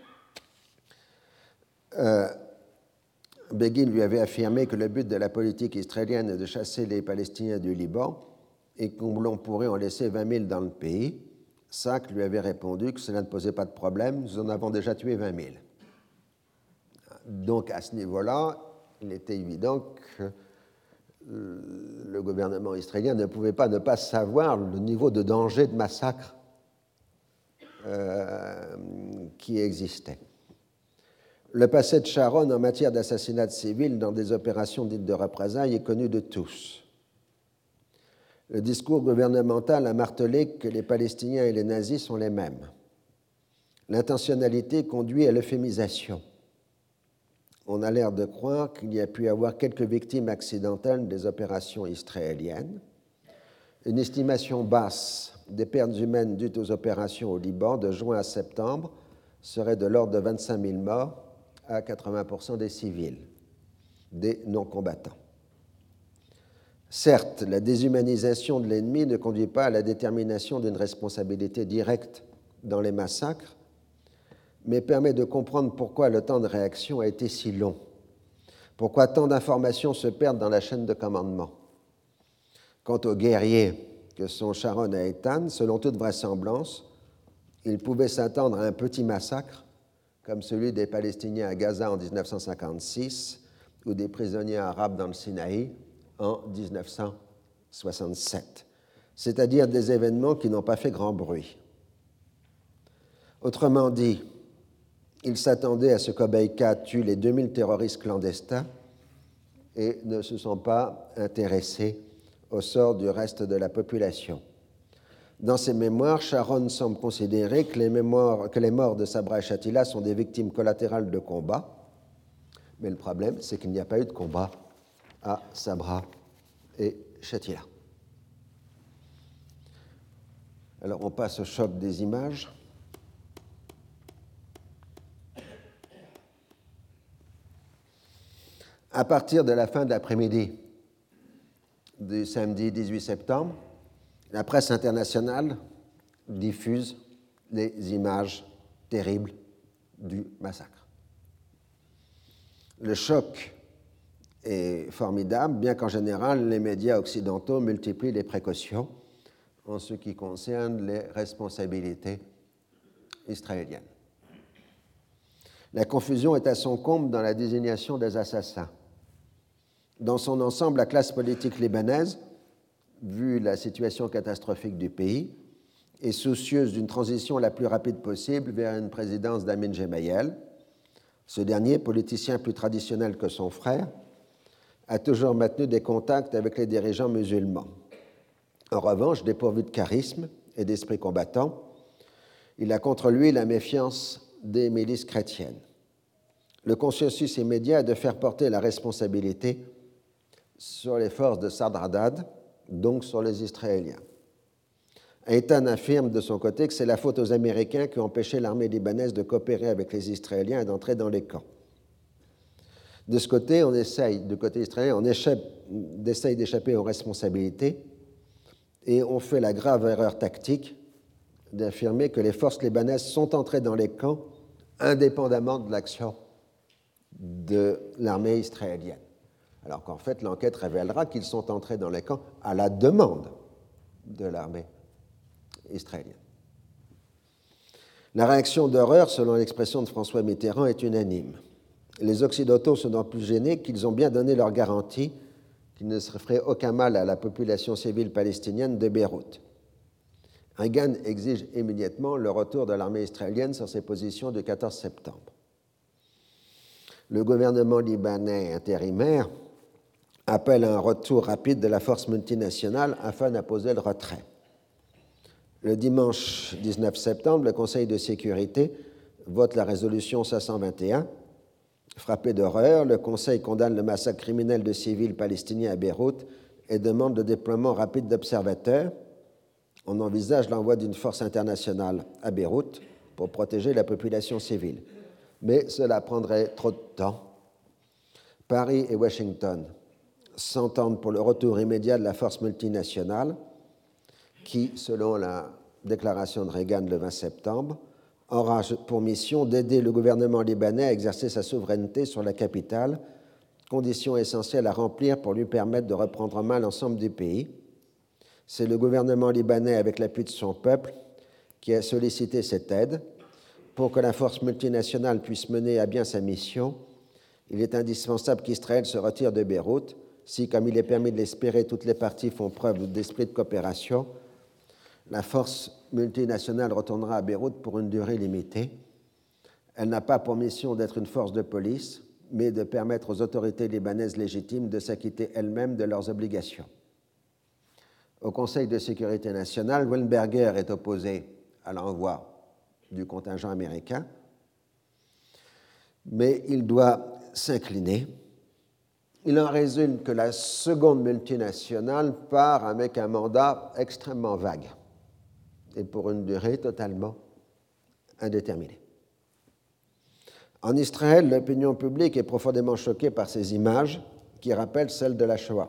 Euh, Begin lui avait affirmé que le but de la politique israélienne est de chasser les Palestiniens du Liban et qu'on l'on pourrait en laisser vingt mille dans le pays. Sacre lui avait répondu que cela ne posait pas de problème, nous en avons déjà tué vingt mille. Donc à ce niveau-là, il était évident que le gouvernement israélien ne pouvait pas ne pas savoir le niveau de danger de massacre euh, qui existait. Le passé de Sharon en matière d'assassinat civil dans des opérations dites de représailles est connu de tous. Le discours gouvernemental a martelé que les Palestiniens et les nazis sont les mêmes. L'intentionnalité conduit à l'euphémisation. On a l'air de croire qu'il y a pu y avoir quelques victimes accidentelles des opérations israéliennes. Une estimation basse des pertes humaines dues aux opérations au Liban de juin à septembre serait de l'ordre de vingt-cinq mille morts à quatre-vingts pour cent des civils, des non-combattants. Certes, la déshumanisation de l'ennemi ne conduit pas à la détermination d'une responsabilité directe dans les massacres, mais permet de comprendre pourquoi le temps de réaction a été si long, pourquoi tant d'informations se perdent dans la chaîne de commandement. Quant aux guerriers que sont Sharon et Eitan, selon toute vraisemblance, ils pouvaient s'attendre à un petit massacre, comme celui des Palestiniens à Gaza en dix-neuf cent cinquante-six ou des prisonniers arabes dans le Sinaï en dix-neuf cent soixante-sept, c'est-à-dire des événements qui n'ont pas fait grand bruit. Autrement dit, ils s'attendaient à ce qu'Obeïka tue les deux mille terroristes clandestins et ne se sont pas intéressés au sort du reste de la population. Dans ses mémoires, Sharon semble considérer que les, mémoires, que les morts de Sabra et Shatila sont des victimes collatérales de combat, mais le problème, c'est qu'il n'y a pas eu de combat à Sabra et Shatila. Alors, on passe au choc des images. À partir de la fin de l'après-midi du samedi dix-huit septembre, la presse internationale diffuse les images terribles du massacre. Le choc est formidable, bien qu'en général, les médias occidentaux multiplient les précautions en ce qui concerne les responsabilités israéliennes. La confusion est à son comble dans la désignation des assassins. Dans son ensemble, la classe politique libanaise, vu la situation catastrophique du pays, est soucieuse d'une transition la plus rapide possible vers une présidence d'Amin Gemayel. Ce dernier, politicien plus traditionnel que son frère, a toujours maintenu des contacts avec les dirigeants musulmans. En revanche, dépourvu de charisme et d'esprit combattant, il a contre lui la méfiance des milices chrétiennes. Le consensus immédiat est de faire porter la responsabilité sur les forces de Sadr-Haddad, donc sur les Israéliens. Eitan affirme de son côté que c'est la faute aux Américains qui ont empêché l'armée libanaise de coopérer avec les Israéliens et d'entrer dans les camps. De ce côté, on essaye, du côté israélien, on échappe, essaye d'échapper aux responsabilités et on fait la grave erreur tactique d'affirmer que les forces libanaises sont entrées dans les camps indépendamment de l'action de l'armée israélienne. Alors qu'en fait, l'enquête révélera qu'ils sont entrés dans les camps à la demande de l'armée israélienne. La réaction d'horreur, selon l'expression de François Mitterrand, est unanime. Les Occidentaux sont d'autant plus gênés qu'ils ont bien donné leur garantie qu'il ne se ferait aucun mal à la population civile palestinienne de Beyrouth. Reagan exige immédiatement le retour de l'armée israélienne sur ses positions du quatorze septembre. Le gouvernement libanais intérimaire appelle à un retour rapide de la force multinationale afin d'imposer le retrait. Le dimanche dix-neuf septembre, le Conseil de sécurité vote la résolution cinq cent vingt et un. Frappé d'horreur, le Conseil condamne le massacre criminel de civils palestiniens à Beyrouth et demande le déploiement rapide d'observateurs. On envisage l'envoi d'une force internationale à Beyrouth pour protéger la population civile. Mais cela prendrait trop de temps. Paris et Washington s'entendent pour le retour immédiat de la force multinationale qui, selon la déclaration de Reagan le vingt septembre, aura pour mission d'aider le gouvernement libanais à exercer sa souveraineté sur la capitale, condition essentielle à remplir pour lui permettre de reprendre en main l'ensemble du pays. C'est le gouvernement libanais, avec l'appui de son peuple, qui a sollicité cette aide. Pour que la force multinationale puisse mener à bien sa mission, il est indispensable qu'Israël se retire de Beyrouth. Si, comme il est permis de l'espérer, toutes les parties font preuve d'esprit de coopération, la force multinationale retournera à Beyrouth pour une durée limitée. Elle n'a pas pour mission d'être une force de police, mais de permettre aux autorités libanaises légitimes de s'acquitter elles-mêmes de leurs obligations. Au Conseil de sécurité nationale, Weinberger est opposé à l'envoi du contingent américain, mais il doit s'incliner. Il en résulte que la seconde multinationale part avec un mandat extrêmement vague et pour une durée totalement indéterminée. En Israël, l'opinion publique est profondément choquée par ces images qui rappellent celles de la Shoah.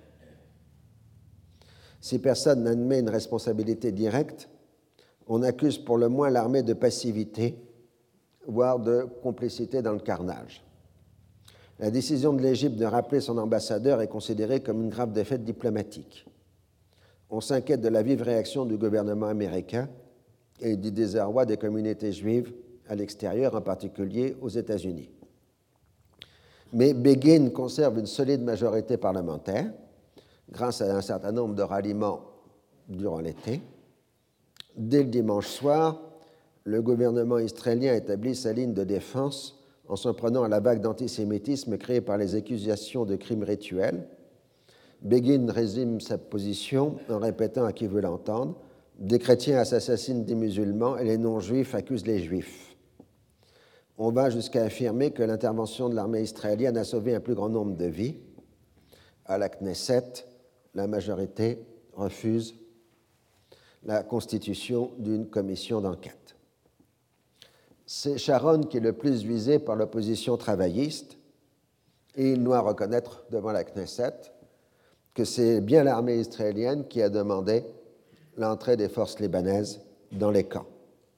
Si personne n'admet une responsabilité directe, on accuse pour le moins l'armée de passivité, voire de complicité dans le carnage. La décision de l'Égypte de rappeler son ambassadeur est considérée comme une grave défaite diplomatique. On s'inquiète de la vive réaction du gouvernement américain et du désarroi des communautés juives à l'extérieur, en particulier aux États-Unis. Mais Begin conserve une solide majorité parlementaire grâce à un certain nombre de ralliements durant l'été. Dès le dimanche soir, le gouvernement israélien établit sa ligne de défense en s'en prenant à la vague d'antisémitisme créée par les accusations de crimes rituels. Begin résume sa position en répétant à qui veut l'entendre « Des chrétiens assassinent des musulmans et les non-juifs accusent les juifs ». On va jusqu'à affirmer que l'intervention de l'armée israélienne a sauvé un plus grand nombre de vies. À la Knesset, la majorité refuse la constitution d'une commission d'enquête. C'est Sharon qui est le plus visé par l'opposition travailliste et il doit reconnaître devant la Knesset que c'est bien l'armée israélienne qui a demandé l'entrée des forces libanaises dans les camps.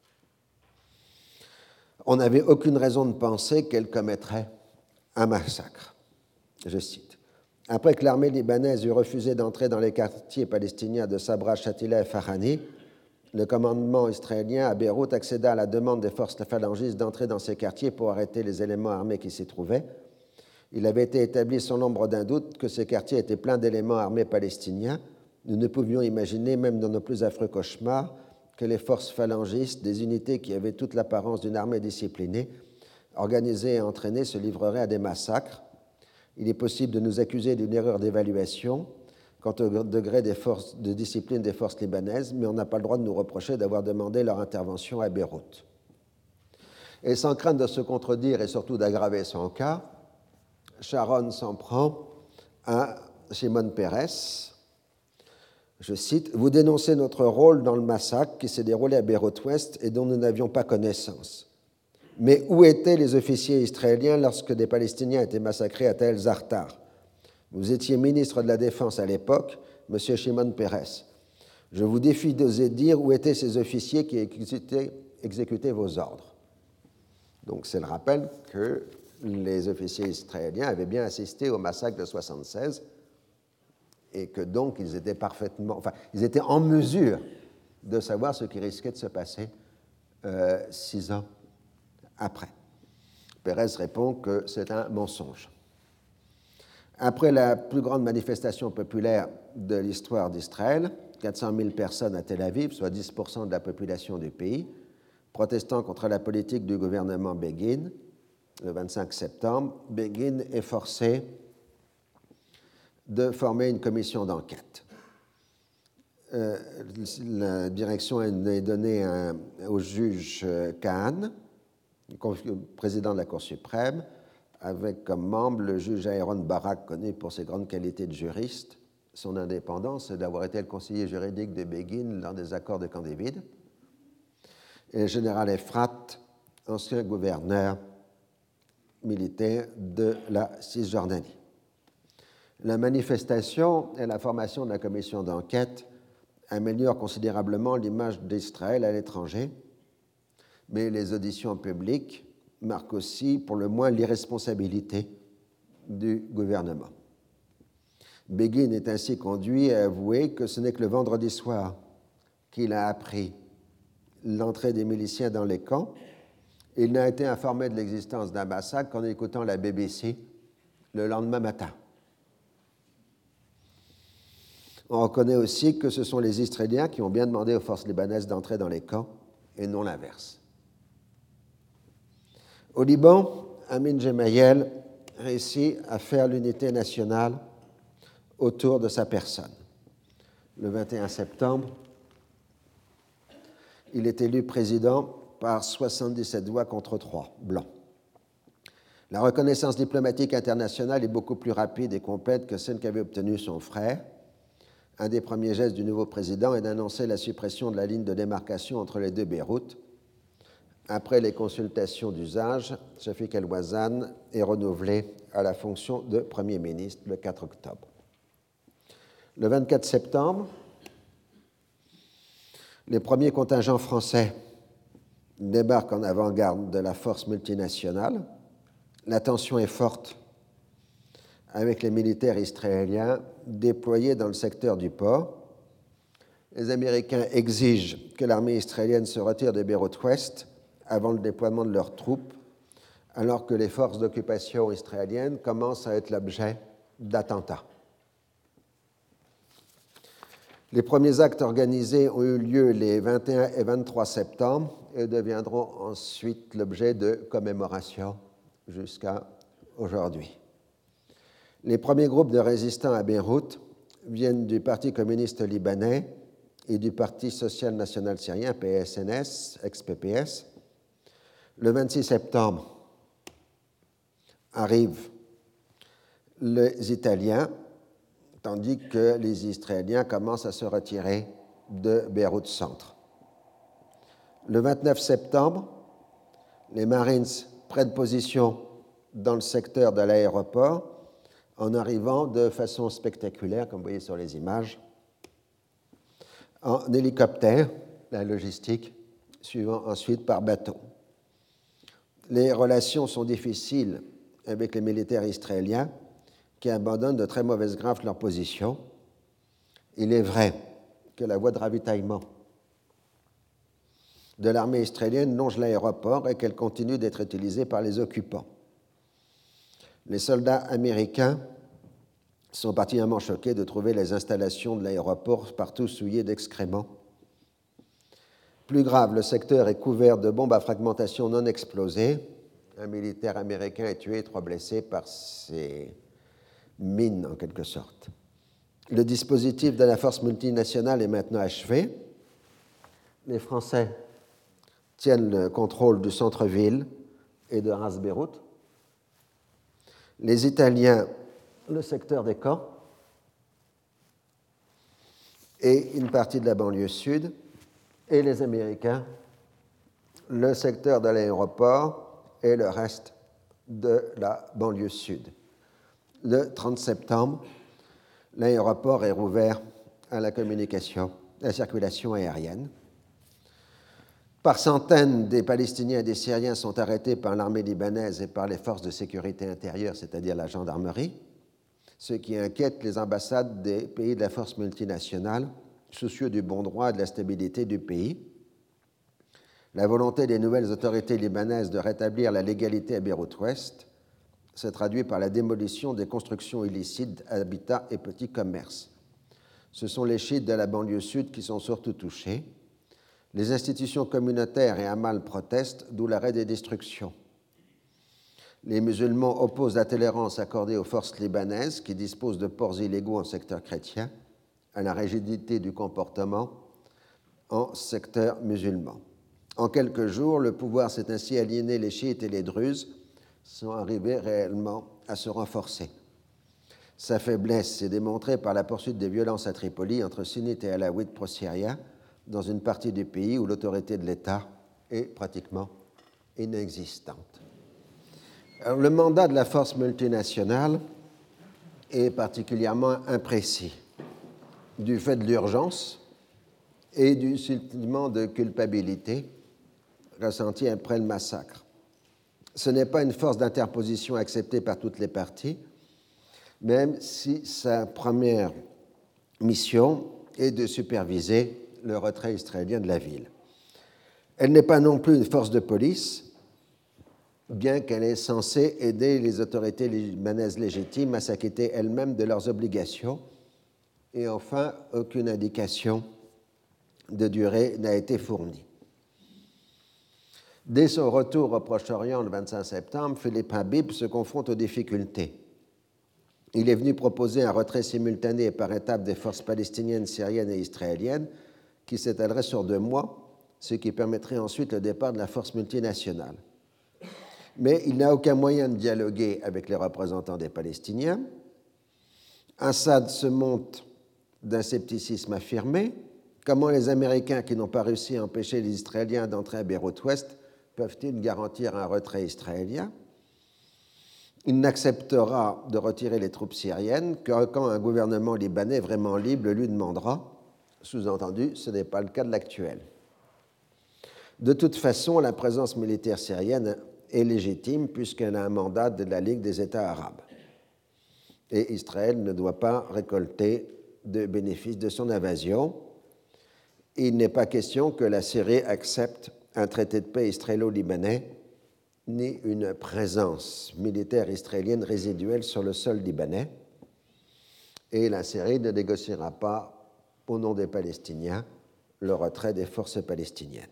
On n'avait aucune raison de penser qu'elle commettrait un massacre. Je cite. Après que l'armée libanaise eut refusé d'entrer dans les quartiers palestiniens de Sabra, Shatila et Farhani, le commandement israélien à Beyrouth accéda à la demande des forces phalangistes d'entrer dans ces quartiers pour arrêter les éléments armés qui s'y trouvaient. Il avait été établi sans l'ombre d'un doute que ces quartiers étaient pleins d'éléments armés palestiniens. Nous ne pouvions imaginer, même dans nos plus affreux cauchemars, que les forces phalangistes, des unités qui avaient toute l'apparence d'une armée disciplinée, organisée et entraînée, se livreraient à des massacres. Il est possible de nous accuser d'une erreur d'évaluation quant au degré des forces, de discipline des forces libanaises, mais on n'a pas le droit de nous reprocher d'avoir demandé leur intervention à Beyrouth. Et sans crainte de se contredire et surtout d'aggraver son cas, Sharon s'en prend à Shimon Peres. Je cite, « Vous dénoncez notre rôle dans le massacre qui s'est déroulé à Beyrouth-Ouest et dont nous n'avions pas connaissance. Mais où étaient les officiers israéliens lorsque des Palestiniens étaient massacrés à Tel Zartar? Vous étiez ministre de la Défense à l'époque, M. Shimon Peres. Je vous défie d'oser dire où étaient ces officiers qui exécutaient, exécutaient vos ordres. » Donc c'est le rappel que les officiers israéliens avaient bien assisté au massacre de soixante-seize et que donc ils étaient parfaitement, enfin, ils étaient en mesure de savoir ce qui risquait de se passer euh, six ans après. Pérez répond que c'est un mensonge. Après la plus grande manifestation populaire de l'histoire d'Israël, quatre cent mille personnes à Tel Aviv, soit dix pour cent de la population du pays, protestant contre la politique du gouvernement Begin, le vingt-cinq septembre, Begin est forcé de former une commission d'enquête. Euh, la direction est donnée à, au juge Kahn, président de la Cour suprême, avec comme membre le juge Aaron Barak, connu pour ses grandes qualités de juriste, son indépendance et d'avoir été le conseiller juridique de Begin lors des accords de Camp David, et le général Efrat, ancien gouverneur militaire de la Cisjordanie. La manifestation et la formation de la commission d'enquête améliorent considérablement l'image d'Israël à l'étranger, mais les auditions publiques marquent aussi, pour le moins, l'irresponsabilité du gouvernement. Begin est ainsi conduit à avouer que ce n'est que le vendredi soir qu'il a appris l'entrée des miliciens dans les camps. Il n'a été informé de l'existence d'un massacre qu'en écoutant la B B C le lendemain matin. On reconnaît aussi que ce sont les Israéliens qui ont bien demandé aux forces libanaises d'entrer dans les camps et non l'inverse. Au Liban, Amin Gemayel réussit à faire l'unité nationale autour de sa personne. Le vingt et un septembre, il est élu président par soixante-dix-sept voix contre trois blancs. La reconnaissance diplomatique internationale est beaucoup plus rapide et complète que celle qu'avait obtenue son frère. Un des premiers gestes du nouveau président est d'annoncer la suppression de la ligne de démarcation entre les deux Beyrouth. Après les consultations d'usage, Shafik El-Wazan est renouvelé à la fonction de Premier ministre le quatre octobre. Le vingt-quatre septembre, les premiers contingents français débarquent en avant-garde de la force multinationale. La tension est forte avec les militaires israéliens déployés dans le secteur du port. Les Américains exigent que l'armée israélienne se retire de Beyrouth-Ouest avant le déploiement de leurs troupes, alors que les forces d'occupation israéliennes commencent à être l'objet d'attentats. Les premiers actes organisés ont eu lieu les vingt et un et vingt-trois septembre et deviendront ensuite l'objet de commémorations jusqu'à aujourd'hui. Les premiers groupes de résistants à Beyrouth viennent du Parti communiste libanais et du Parti social national syrien, P S N S, ex-P P S. Le vingt-six septembre arrivent les Italiens, tandis que les Israéliens commencent à se retirer de Beyrouth Centre. Le vingt-neuf septembre, les Marines prennent position dans le secteur de l'aéroport en arrivant de façon spectaculaire, comme vous voyez sur les images, en hélicoptère, la logistique, suivant ensuite par bateau. Les relations sont difficiles avec les militaires israéliens qui abandonnent de très mauvaise grâce leur position. Il est vrai que la voie de ravitaillement de l'armée israélienne longe l'aéroport et qu'elle continue d'être utilisée par les occupants. Les soldats américains sont particulièrement choqués de trouver les installations de l'aéroport partout souillées d'excréments. Plus grave, le secteur est couvert de bombes à fragmentation non explosées. Un militaire américain est tué, trois blessés par ces mine en quelque sorte. Le dispositif de la force multinationale est maintenant achevé. Les Français tiennent le contrôle du centre-ville et de Ras Beirout. Les Italiens, le secteur des camps et une partie de la banlieue sud, et les Américains, le secteur de l'aéroport et le reste de la banlieue sud. Le trente septembre, l'aéroport est rouvert à la communication, à la circulation aérienne. Par centaines, des Palestiniens et des Syriens sont arrêtés par l'armée libanaise et par les forces de sécurité intérieure, c'est-à-dire la gendarmerie, ce qui inquiète les ambassades des pays de la force multinationale, soucieux du bon droit et de la stabilité du pays. La volonté des nouvelles autorités libanaises de rétablir la légalité à Beyrouth-Ouest se traduit par la démolition des constructions illicites, habitats et petits commerces. Ce sont les chiites de la banlieue sud qui sont surtout touchés. Les institutions communautaires et Amal protestent, d'où l'arrêt des destructions. Les musulmans opposent la tolérance accordée aux forces libanaises qui disposent de ports illégaux en secteur chrétien à la rigidité du comportement en secteur musulman. En quelques jours, le pouvoir s'est ainsi aliéné, les chiites et les druzes sont arrivés réellement à se renforcer. Sa faiblesse s'est démontrée par la poursuite des violences à Tripoli entre sunnites et alaouites pro-syriens dans une partie du pays où l'autorité de l'État est pratiquement inexistante. Alors, le mandat de la force multinationale est particulièrement imprécis du fait de l'urgence et du sentiment de culpabilité ressenti après le massacre. Ce n'est pas une force d'interposition acceptée par toutes les parties, même si sa première mission est de superviser le retrait israélien de la ville. Elle n'est pas non plus une force de police, bien qu'elle est censée aider les autorités libanaises légitimes à s'acquitter elles-mêmes de leurs obligations. Et enfin, aucune indication de durée n'a été fournie. Dès son retour au Proche-Orient le vingt-cinq septembre, Philippe Habib se confronte aux difficultés. Il est venu proposer un retrait simultané et par étapes des forces palestiniennes, syriennes et israéliennes qui s'étalerait sur deux mois, ce qui permettrait ensuite le départ de la force multinationale. Mais il n'a aucun moyen de dialoguer avec les représentants des Palestiniens. Assad se monte d'un scepticisme affirmé. Comment les Américains, qui n'ont pas réussi à empêcher les Israéliens d'entrer à Beyrouth-Ouest, peuvent-ils garantir un retrait israélien? Il n'acceptera de retirer les troupes syriennes que quand un gouvernement libanais vraiment libre lui demandera. Sous-entendu, ce n'est pas le cas de l'actuel. De toute façon, la présence militaire syrienne est légitime puisqu'elle a un mandat de la Ligue des États arabes. Et Israël ne doit pas récolter de bénéfices de son invasion. Il n'est pas question que la Syrie accepte un traité de paix israélo-libanais ni une présence militaire israélienne résiduelle sur le sol libanais. Et la Syrie ne négociera pas, au nom des Palestiniens, le retrait des forces palestiniennes.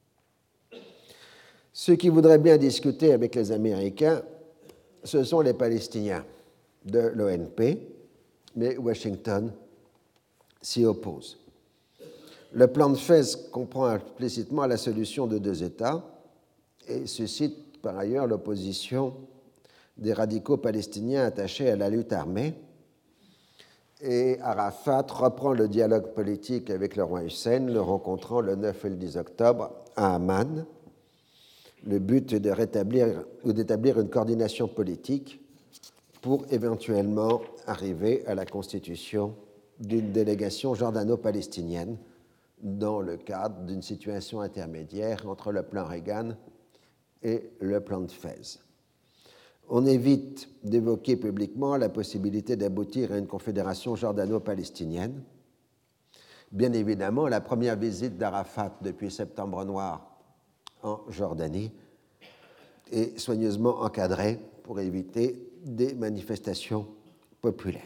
Ceux qui voudraient bien discuter avec les Américains, ce sont les Palestiniens de l'O N P, mais Washington s'y oppose. Le plan de Fez comprend implicitement la solution de deux États et suscite par ailleurs l'opposition des radicaux palestiniens attachés à la lutte armée. Et Arafat reprend le dialogue politique avec le roi Hussein, le rencontrant le neuf et le dix octobre à Amman. Le but est de rétablir ou d'établir une coordination politique pour éventuellement arriver à la constitution d'une délégation jordano-palestinienne dans le cadre d'une situation intermédiaire entre le plan Reagan et le plan de Fez. On évite d'évoquer publiquement la possibilité d'aboutir à une confédération jordano-palestinienne. Bien évidemment, la première visite d'Arafat depuis Septembre Noir en Jordanie est soigneusement encadrée pour éviter des manifestations populaires.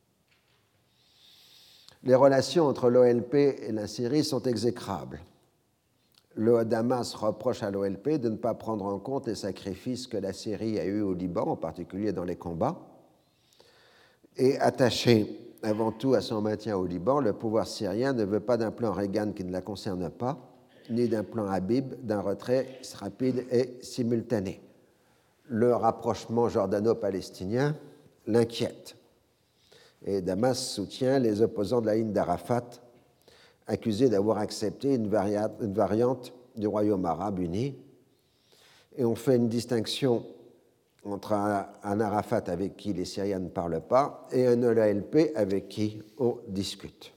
Les relations entre l'O L P et la Syrie sont exécrables. Le Damas reproche à l'O L P de ne pas prendre en compte les sacrifices que la Syrie a eus au Liban, en particulier dans les combats. Et attaché avant tout à son maintien au Liban, le pouvoir syrien ne veut pas d'un plan Reagan qui ne la concerne pas, ni d'un plan Habib d'un retrait rapide et simultané. Le rapprochement jordano-palestinien l'inquiète. Et Damas soutient les opposants de la ligne d'Arafat, accusés d'avoir accepté une, une variante du Royaume arabe uni. Et on fait une distinction entre un, un Arafat avec qui les Syriens ne parlent pas et un O L P avec qui on discute.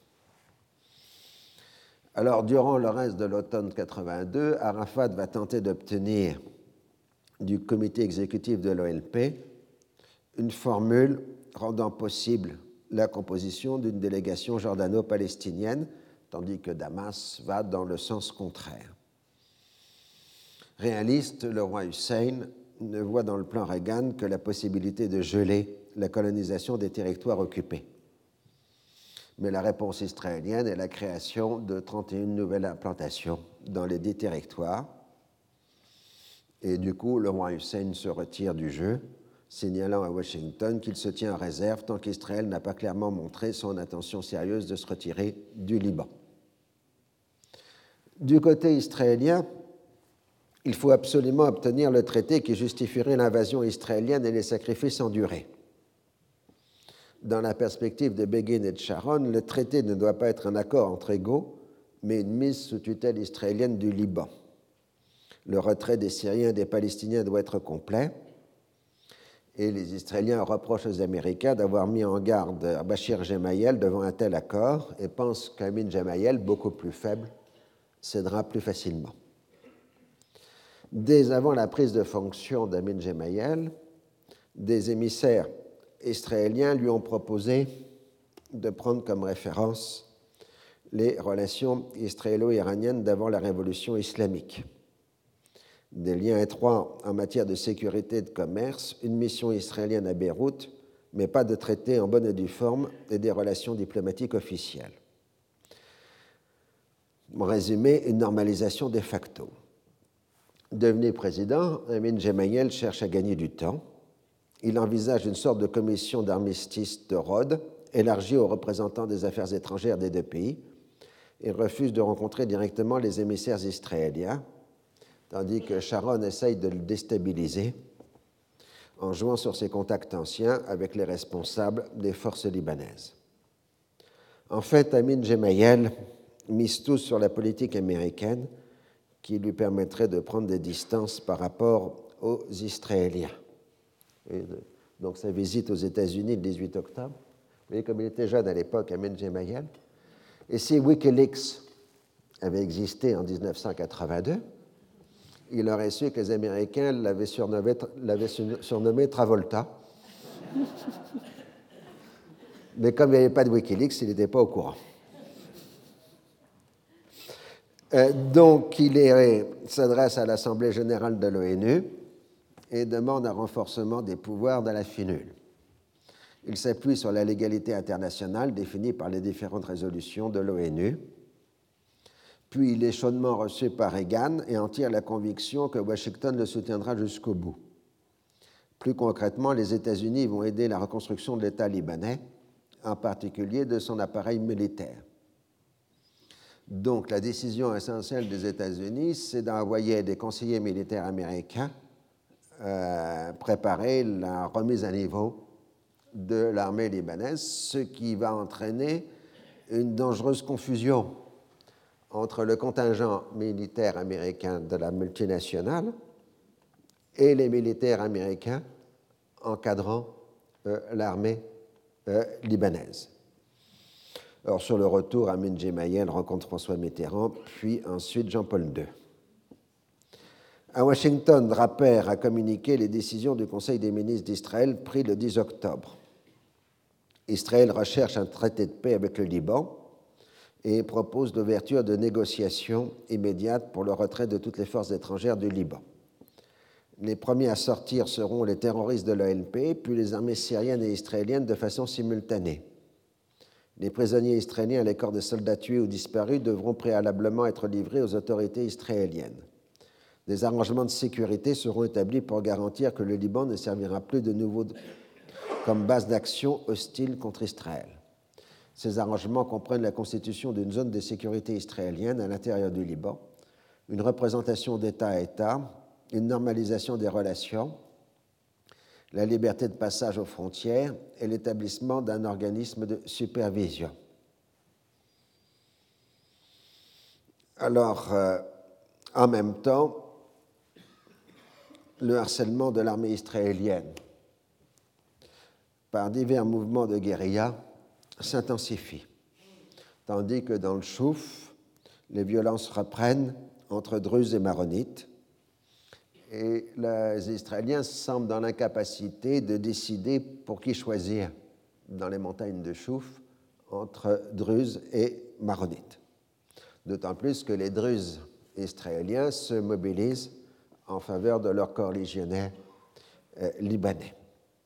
Alors, durant le reste de l'automne quatre-vingt-deux, Arafat va tenter d'obtenir du comité exécutif de l'O L P une formule rendant possible la composition d'une délégation jordano-palestinienne, tandis que Damas va dans le sens contraire. Réaliste, le roi Hussein ne voit dans le plan Reagan que la possibilité de geler la colonisation des territoires occupés. Mais la réponse israélienne est la création de trente et une nouvelles implantations dans les dix territoires. Et du coup, le roi Hussein se retire du jeu, signalant à Washington qu'il se tient en réserve tant qu'Israël n'a pas clairement montré son intention sérieuse de se retirer du Liban. Du côté israélien, il faut absolument obtenir le traité qui justifierait l'invasion israélienne et les sacrifices endurés. Dans la perspective de Begin et de Sharon, le traité ne doit pas être un accord entre égaux, mais une mise sous tutelle israélienne du Liban. Le retrait des Syriens et des Palestiniens doit être complet, et les Israéliens reprochent aux Américains d'avoir mis en garde Bachir Gemayel devant un tel accord et pensent qu'Amin Gemayel, beaucoup plus faible, cédera plus facilement. Dès avant la prise de fonction d'Amin Gemayel, des émissaires israéliens lui ont proposé de prendre comme référence les relations israélo-iraniennes d'avant la révolution islamique. Des liens étroits en matière de sécurité et de commerce, une mission israélienne à Beyrouth, mais pas de traité en bonne et due forme et des relations diplomatiques officielles. En résumé, une normalisation de facto. Devenu président, Amin Gemayel cherche à gagner du temps. Il envisage une sorte de commission d'armistice de Rhodes, élargie aux représentants des affaires étrangères des deux pays, et refuse de rencontrer directement les émissaires israéliens, tandis que Sharon essaye de le déstabiliser en jouant sur ses contacts anciens avec les responsables des forces libanaises. En fait, Amin Gemayel mise tout sur la politique américaine qui lui permettrait de prendre des distances par rapport aux Israéliens. Et donc sa visite aux États-Unis le dix-huit octobre, vous voyez comme il était jeune à l'époque, Amin Gemayel. Et si Wikileaks avait existé en dix-neuf cent quatre-vingt-deux, il aurait su que les Américains l'avaient surnommé, l'avaient surnommé Travolta. Mais comme il n'y avait pas de Wikileaks, il n'était pas au courant. Euh, donc, il est, s'adresse à l'Assemblée générale de l'ONU et demande un renforcement des pouvoirs de la FINUL. Il s'appuie sur la légalité internationale définie par les différentes résolutions de l'ONU. Puis il est chaudement reçu par Reagan et en tire la conviction que Washington le soutiendra jusqu'au bout. Plus concrètement, les États-Unis vont aider la reconstruction de l'État libanais, en particulier de son appareil militaire. Donc la décision essentielle des États-Unis, c'est d'envoyer des conseillers militaires américains euh, préparer la remise à niveau de l'armée libanaise, ce qui va entraîner une dangereuse confusion entre le contingent militaire américain de la multinationale et les militaires américains encadrant euh, l'armée euh, libanaise. Alors, sur le retour, Amin Gemayel rencontre François Mitterrand, puis ensuite Jean-Paul deux. À Washington, Draper a communiqué les décisions du Conseil des ministres d'Israël prises le dix octobre. Israël recherche un traité de paix avec le Liban et propose l'ouverture de négociations immédiates pour le retrait de toutes les forces étrangères du Liban. Les premiers à sortir seront les terroristes de l'O L P, puis les armées syriennes et israéliennes de façon simultanée. Les prisonniers israéliens et les corps de soldats tués ou disparus devront préalablement être livrés aux autorités israéliennes. Des arrangements de sécurité seront établis pour garantir que le Liban ne servira plus de nouveau comme base d'action hostile contre Israël. Ces arrangements comprennent la constitution d'une zone de sécurité israélienne à l'intérieur du Liban, une représentation d'État à État, une normalisation des relations, la liberté de passage aux frontières et l'établissement d'un organisme de supervision. Alors, euh, en même temps, le harcèlement de l'armée israélienne par divers mouvements de guérilla s'intensifie, tandis que dans le Chouf, les violences reprennent entre Druzes et Maronites, et les Israéliens semblent dans l'incapacité de décider pour qui choisir dans les montagnes de Chouf entre Druzes et Maronites. D'autant plus que les Druzes israéliens se mobilisent en faveur de leur corps légionnaire euh, libanais.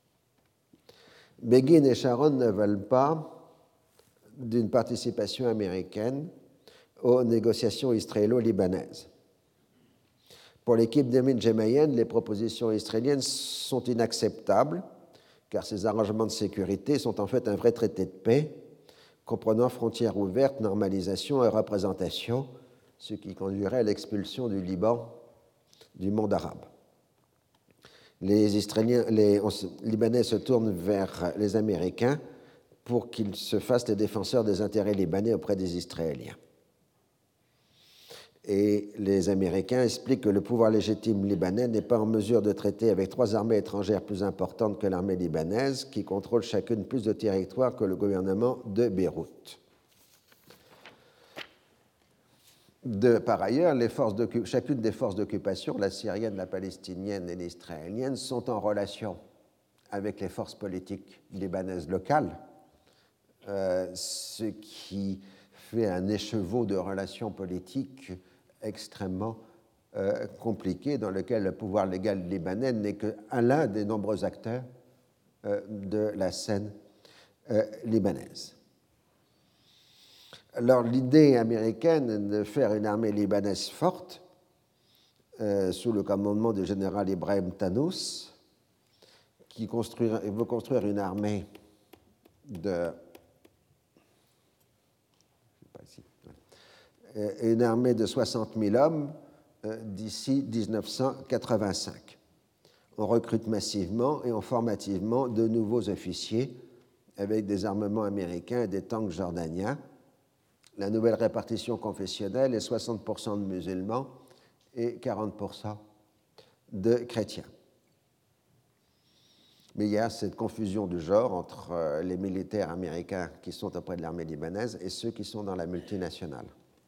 Begin et Sharon ne veulent pas d'une participation américaine aux négociations israélo-libanaises. Pour l'équipe d'Emin Gemayel, les propositions israéliennes sont inacceptables, car ces arrangements de sécurité sont en fait un vrai traité de paix, comprenant frontières ouvertes, normalisation et représentation, ce qui conduirait à l'expulsion du Liban du monde arabe. Les, Israéliens, les Libanais se tournent vers les Américains pour qu'ils se fassent les défenseurs des intérêts libanais auprès des Israéliens. Et les Américains expliquent que le pouvoir légitime libanais n'est pas en mesure de traiter avec trois armées étrangères plus importantes que l'armée libanaise, qui contrôle chacune plus de territoire que le gouvernement de Beyrouth. De, par ailleurs, les forces chacune des forces d'occupation, la syrienne, la palestinienne et l'israélienne, sont en relation avec les forces politiques libanaises locales, euh, ce qui fait un écheveau de relations politiques extrêmement euh, compliqué, dans lequel le pouvoir légal libanais n'est qu'un l'un des nombreux acteurs euh, de la scène euh, libanaise. Alors, l'idée américaine de faire une armée libanaise forte, euh, sous le commandement du général Ibrahim Tannous, qui veut construire une armée de une armée de soixante mille hommes euh, d'ici dix-neuf cent quatre-vingt-cinq. On recrute massivement et on forme massivement de nouveaux officiers avec des armements américains et des tanks jordaniens. La nouvelle répartition confessionnelle est soixante pour cent de musulmans et quarante pour cent de chrétiens. Mais il y a cette confusion du genre entre euh, les militaires américains qui sont auprès de l'armée libanaise et ceux qui sont dans la multinationale.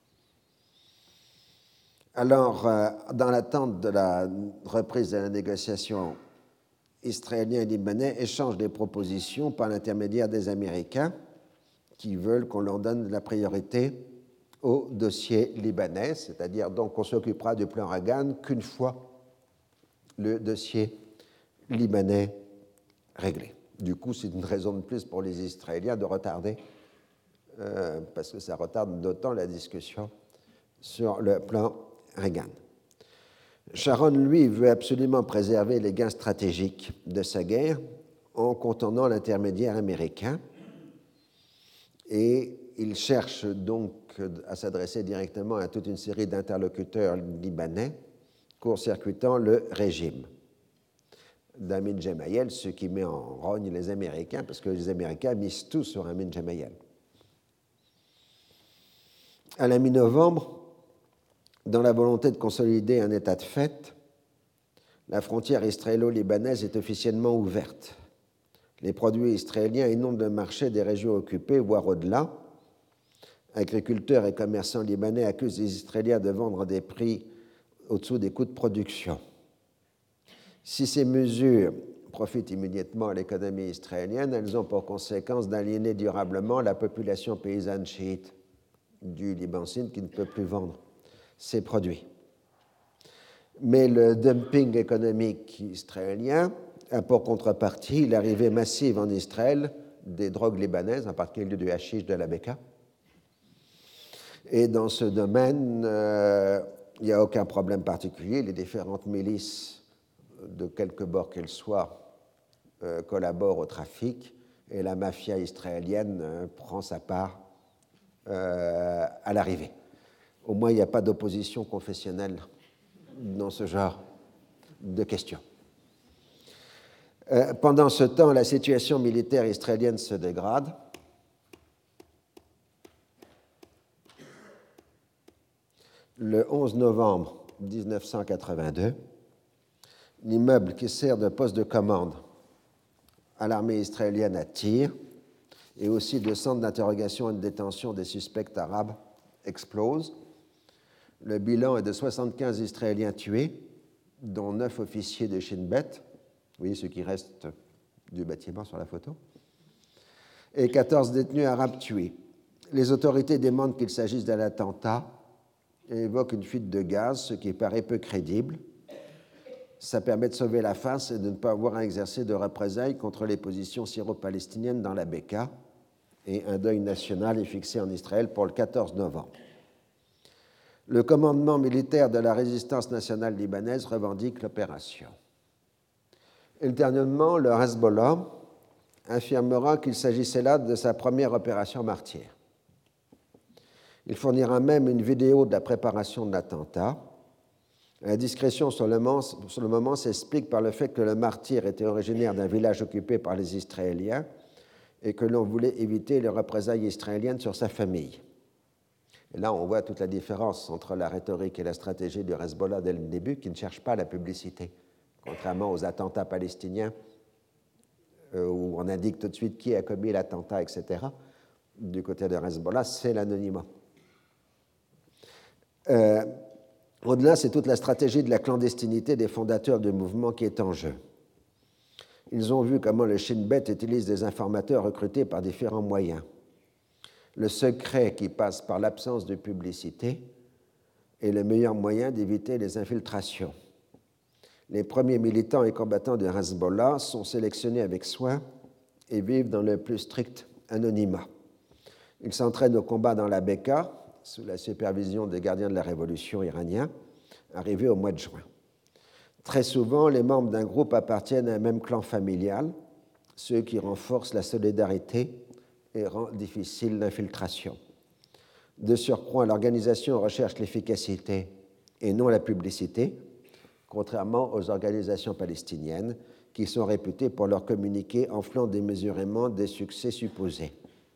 Alors, euh, dans l'attente de la reprise de la négociation, Israéliens et Libanais échangent des propositions par l'intermédiaire des Américains qui veulent qu'on leur donne la priorité au dossier libanais, c'est-à-dire donc qu'on s'occupera du plan Reagan qu'une fois le dossier libanais réglé. Du coup, c'est une raison de plus pour les Israéliens de retarder, euh, parce que ça retarde d'autant la discussion sur le plan Reagan. Sharon, lui, veut absolument préserver les gains stratégiques de sa guerre en contournant l'intermédiaire américain, et il cherche donc à s'adresser directement à toute une série d'interlocuteurs libanais, court-circuitant le régime d'Amin Gemayel, ce qui met en rogne les Américains, parce que les Américains misent tout sur Amin Gemayel. À la mi-novembre, dans la volonté de consolider un état de fait, la frontière israélo-libanaise est officiellement ouverte. Les produits israéliens inondent le marché des régions occupées, voire au-delà. Agriculteurs et commerçants libanais accusent les Israéliens de vendre à des prix au-dessous des coûts de production. Si ces mesures profitent immédiatement à l'économie israélienne, elles ont pour conséquence d'aliéner durablement la population paysanne chiite du Liban Sud qui ne peut plus vendre ses produits. Mais le dumping économique israélien a pour contrepartie l'arrivée massive en Israël des drogues libanaises, en particulier du hashish, de la Beka. Et dans ce domaine, euh, il n'y a aucun problème particulier. Les différentes milices, de quelque bord qu'elles soient, euh, collabore au trafic et la mafia israélienne euh, prend sa part euh, à l'arrivée. Au moins, il n'y a pas d'opposition confessionnelle dans ce genre de questions. Euh, pendant ce temps, la situation militaire israélienne se dégrade. Le onze novembre mille neuf cent quatre-vingt-deux, l'immeuble qui sert de poste de commande à l'armée israélienne à Tyr et aussi de centre d'interrogation et de détention des suspects arabes explose. Le bilan est de soixante-quinze Israéliens tués, dont neuf officiers de Shin Bet, vous voyez ce qui reste du bâtiment sur la photo, et quatorze détenus arabes tués. Les autorités demandent qu'il s'agisse d'un attentat et évoquent une fuite de gaz, ce qui paraît peu crédible. Ça permet de sauver la face et de ne pas avoir à exercer de représailles contre les positions syro-palestiniennes dans la Beka, et un deuil national est fixé en Israël pour le quatorze novembre. Le commandement militaire de la résistance nationale libanaise revendique l'opération. Ultérieurement, le Hezbollah affirmera qu'il s'agissait là de sa première opération martyre. Il fournira même une vidéo de la préparation de l'attentat. La discrétion sur le moment, sur le moment s'explique par le fait que le martyr était originaire d'un village occupé par les Israéliens et que l'on voulait éviter les représailles israéliennes sur sa famille. Et là, on voit toute la différence entre la rhétorique et la stratégie du Hezbollah dès le début, qui ne cherche pas la publicité, contrairement aux attentats palestiniens, euh, où on indique tout de suite qui a commis l'attentat, et cetera. Du côté de Hezbollah, c'est l'anonymat. Euh, au-delà, c'est toute la stratégie de la clandestinité des fondateurs du mouvement qui est en jeu. Ils ont vu comment le Shin Bet utilise des informateurs recrutés par différents moyens. Le secret qui passe par l'absence de publicité est le meilleur moyen d'éviter les infiltrations. Les premiers militants et combattants de Hezbollah sont sélectionnés avec soin et vivent dans le plus strict anonymat. Ils s'entraînent au combat dans la Beka, sous la supervision des gardiens de la révolution iraniens, arrivés au mois de juin. Très souvent, les membres d'un groupe appartiennent à un même clan familial, ce qui renforce la solidarité et rend difficile l'infiltration. De surcroît, l'organisation recherche l'efficacité et non la publicité, contrairement aux organisations palestiniennes qui sont réputées pour leur communiquer enflant démesurément des succès supposés.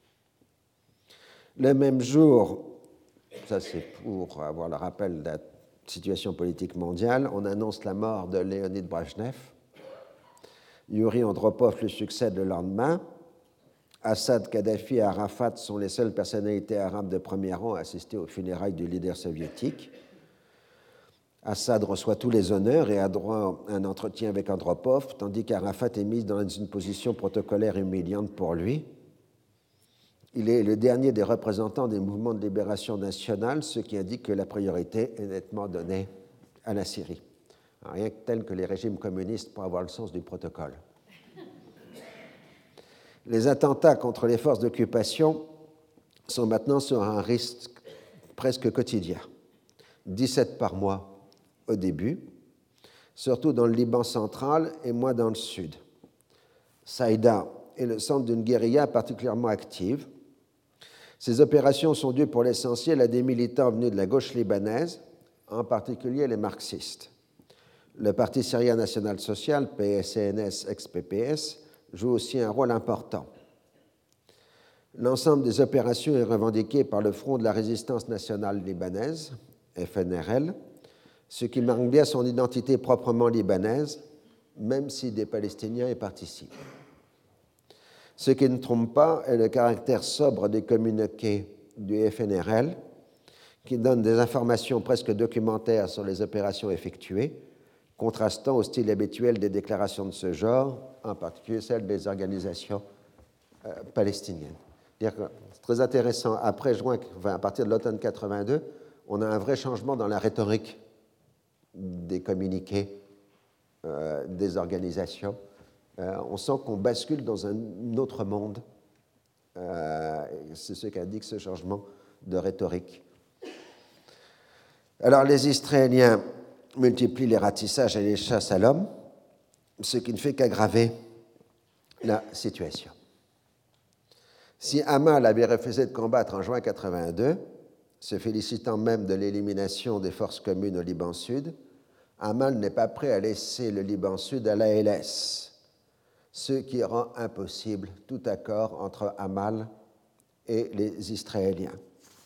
Le même jour, ça c'est pour avoir le rappel de la situation politique mondiale, on annonce la mort de Léonid Brejnev. Yuri Andropov le succède le lendemain. Assad, Kadhafi et Arafat sont les seules personnalités arabes de premier rang à assister aux funérailles du leader soviétique. Assad reçoit tous les honneurs et a droit à un entretien avec Andropov, tandis qu'Arafat est mis dans une position protocolaire humiliante pour lui. Il est le dernier des représentants des mouvements de libération nationale, ce qui indique que la priorité est nettement donnée à la Syrie. Rien que tel que les régimes communistes pour avoir le sens du protocole. Les attentats contre les forces d'occupation sont maintenant sur un risque presque quotidien. dix-sept par mois au début, surtout dans le Liban central et moins dans le sud. Saïda est le centre d'une guérilla particulièrement active. Ces opérations sont dues pour l'essentiel à des militants venus de la gauche libanaise, en particulier les marxistes. Le Parti syrien national social, P S N S ex-P P S, joue aussi un rôle important. L'ensemble des opérations est revendiqué par le Front de la résistance nationale libanaise, F N R L, ce qui marque bien son identité proprement libanaise, même si des Palestiniens y participent. Ce qui ne trompe pas est le caractère sobre des communiqués du F N R L, qui donnent des informations presque documentaires sur les opérations effectuées, contrastant au style habituel des déclarations de ce genre, en particulier celles des organisations euh, palestiniennes. C'est très intéressant. Après juin, enfin, à partir de l'automne quatre-vingt-deux, on a un vrai changement dans la rhétorique des communiqués euh, des organisations. Euh, on sent qu'on bascule dans un autre monde. Euh, c'est ce qu'indique ce changement de rhétorique. Alors, les Israéliens multiplient les ratissages et les chasses à l'homme, ce qui ne fait qu'aggraver la situation. Si Amal avait refusé de combattre en juin quatre-vingt-deux, se félicitant même de l'élimination des forces communes au Liban Sud, Amal n'est pas prêt à laisser le Liban Sud à l'A L S, ce qui rend impossible tout accord entre Amal et les Israéliens.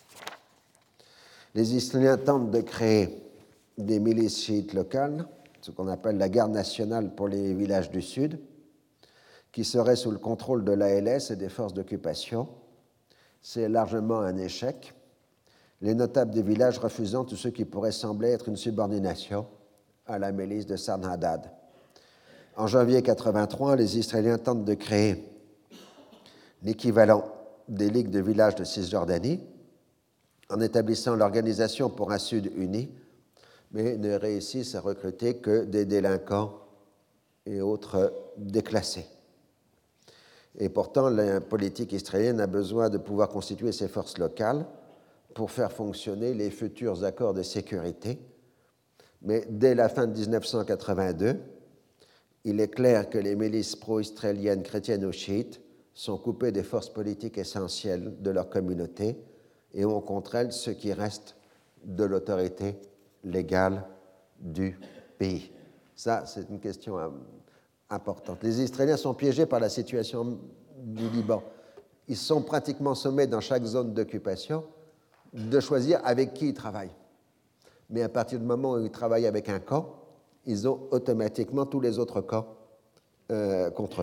Les Israéliens tentent de créer des milices chiites locales, ce qu'on appelle la garde nationale pour les villages du Sud, qui seraient sous le contrôle de l'A L S et des forces d'occupation. C'est largement un échec, les notables des villages refusant tout ce qui pourrait sembler être une subordination à la milice de Sarn-Hadad. En janvier quatre-vingt-trois, les Israéliens tentent de créer l'équivalent des ligues de villages de Cisjordanie en établissant l'Organisation pour un Sud uni, mais ne réussissent à recruter que des délinquants et autres déclassés. Et pourtant, la politique israélienne a besoin de pouvoir constituer ses forces locales pour faire fonctionner les futurs accords de sécurité. Mais dès la fin de dix-neuf cent quatre-vingt-deux, il est clair que les milices pro-israéliennes chrétiennes ou chiites sont coupées des forces politiques essentielles de leur communauté et ont contre elles ce qui reste de l'autorité légale du pays. Ça, c'est une question importante. Les Israéliens sont piégés par la situation du Liban. Ils sont pratiquement sommés dans chaque zone d'occupation de choisir avec qui ils travaillent. Mais à partir du moment où ils travaillent avec un camp, ils ont automatiquement tous les autres camps euh, contre eux.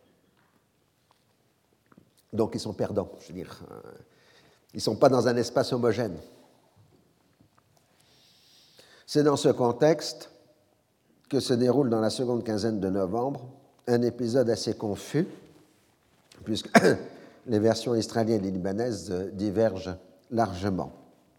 Donc ils sont perdants, je veux dire. Ils ne sont pas dans un espace homogène. C'est dans ce contexte que se déroule dans la seconde quinzaine de novembre un épisode assez confus, puisque les versions israéliennes et libanaises divergent largement.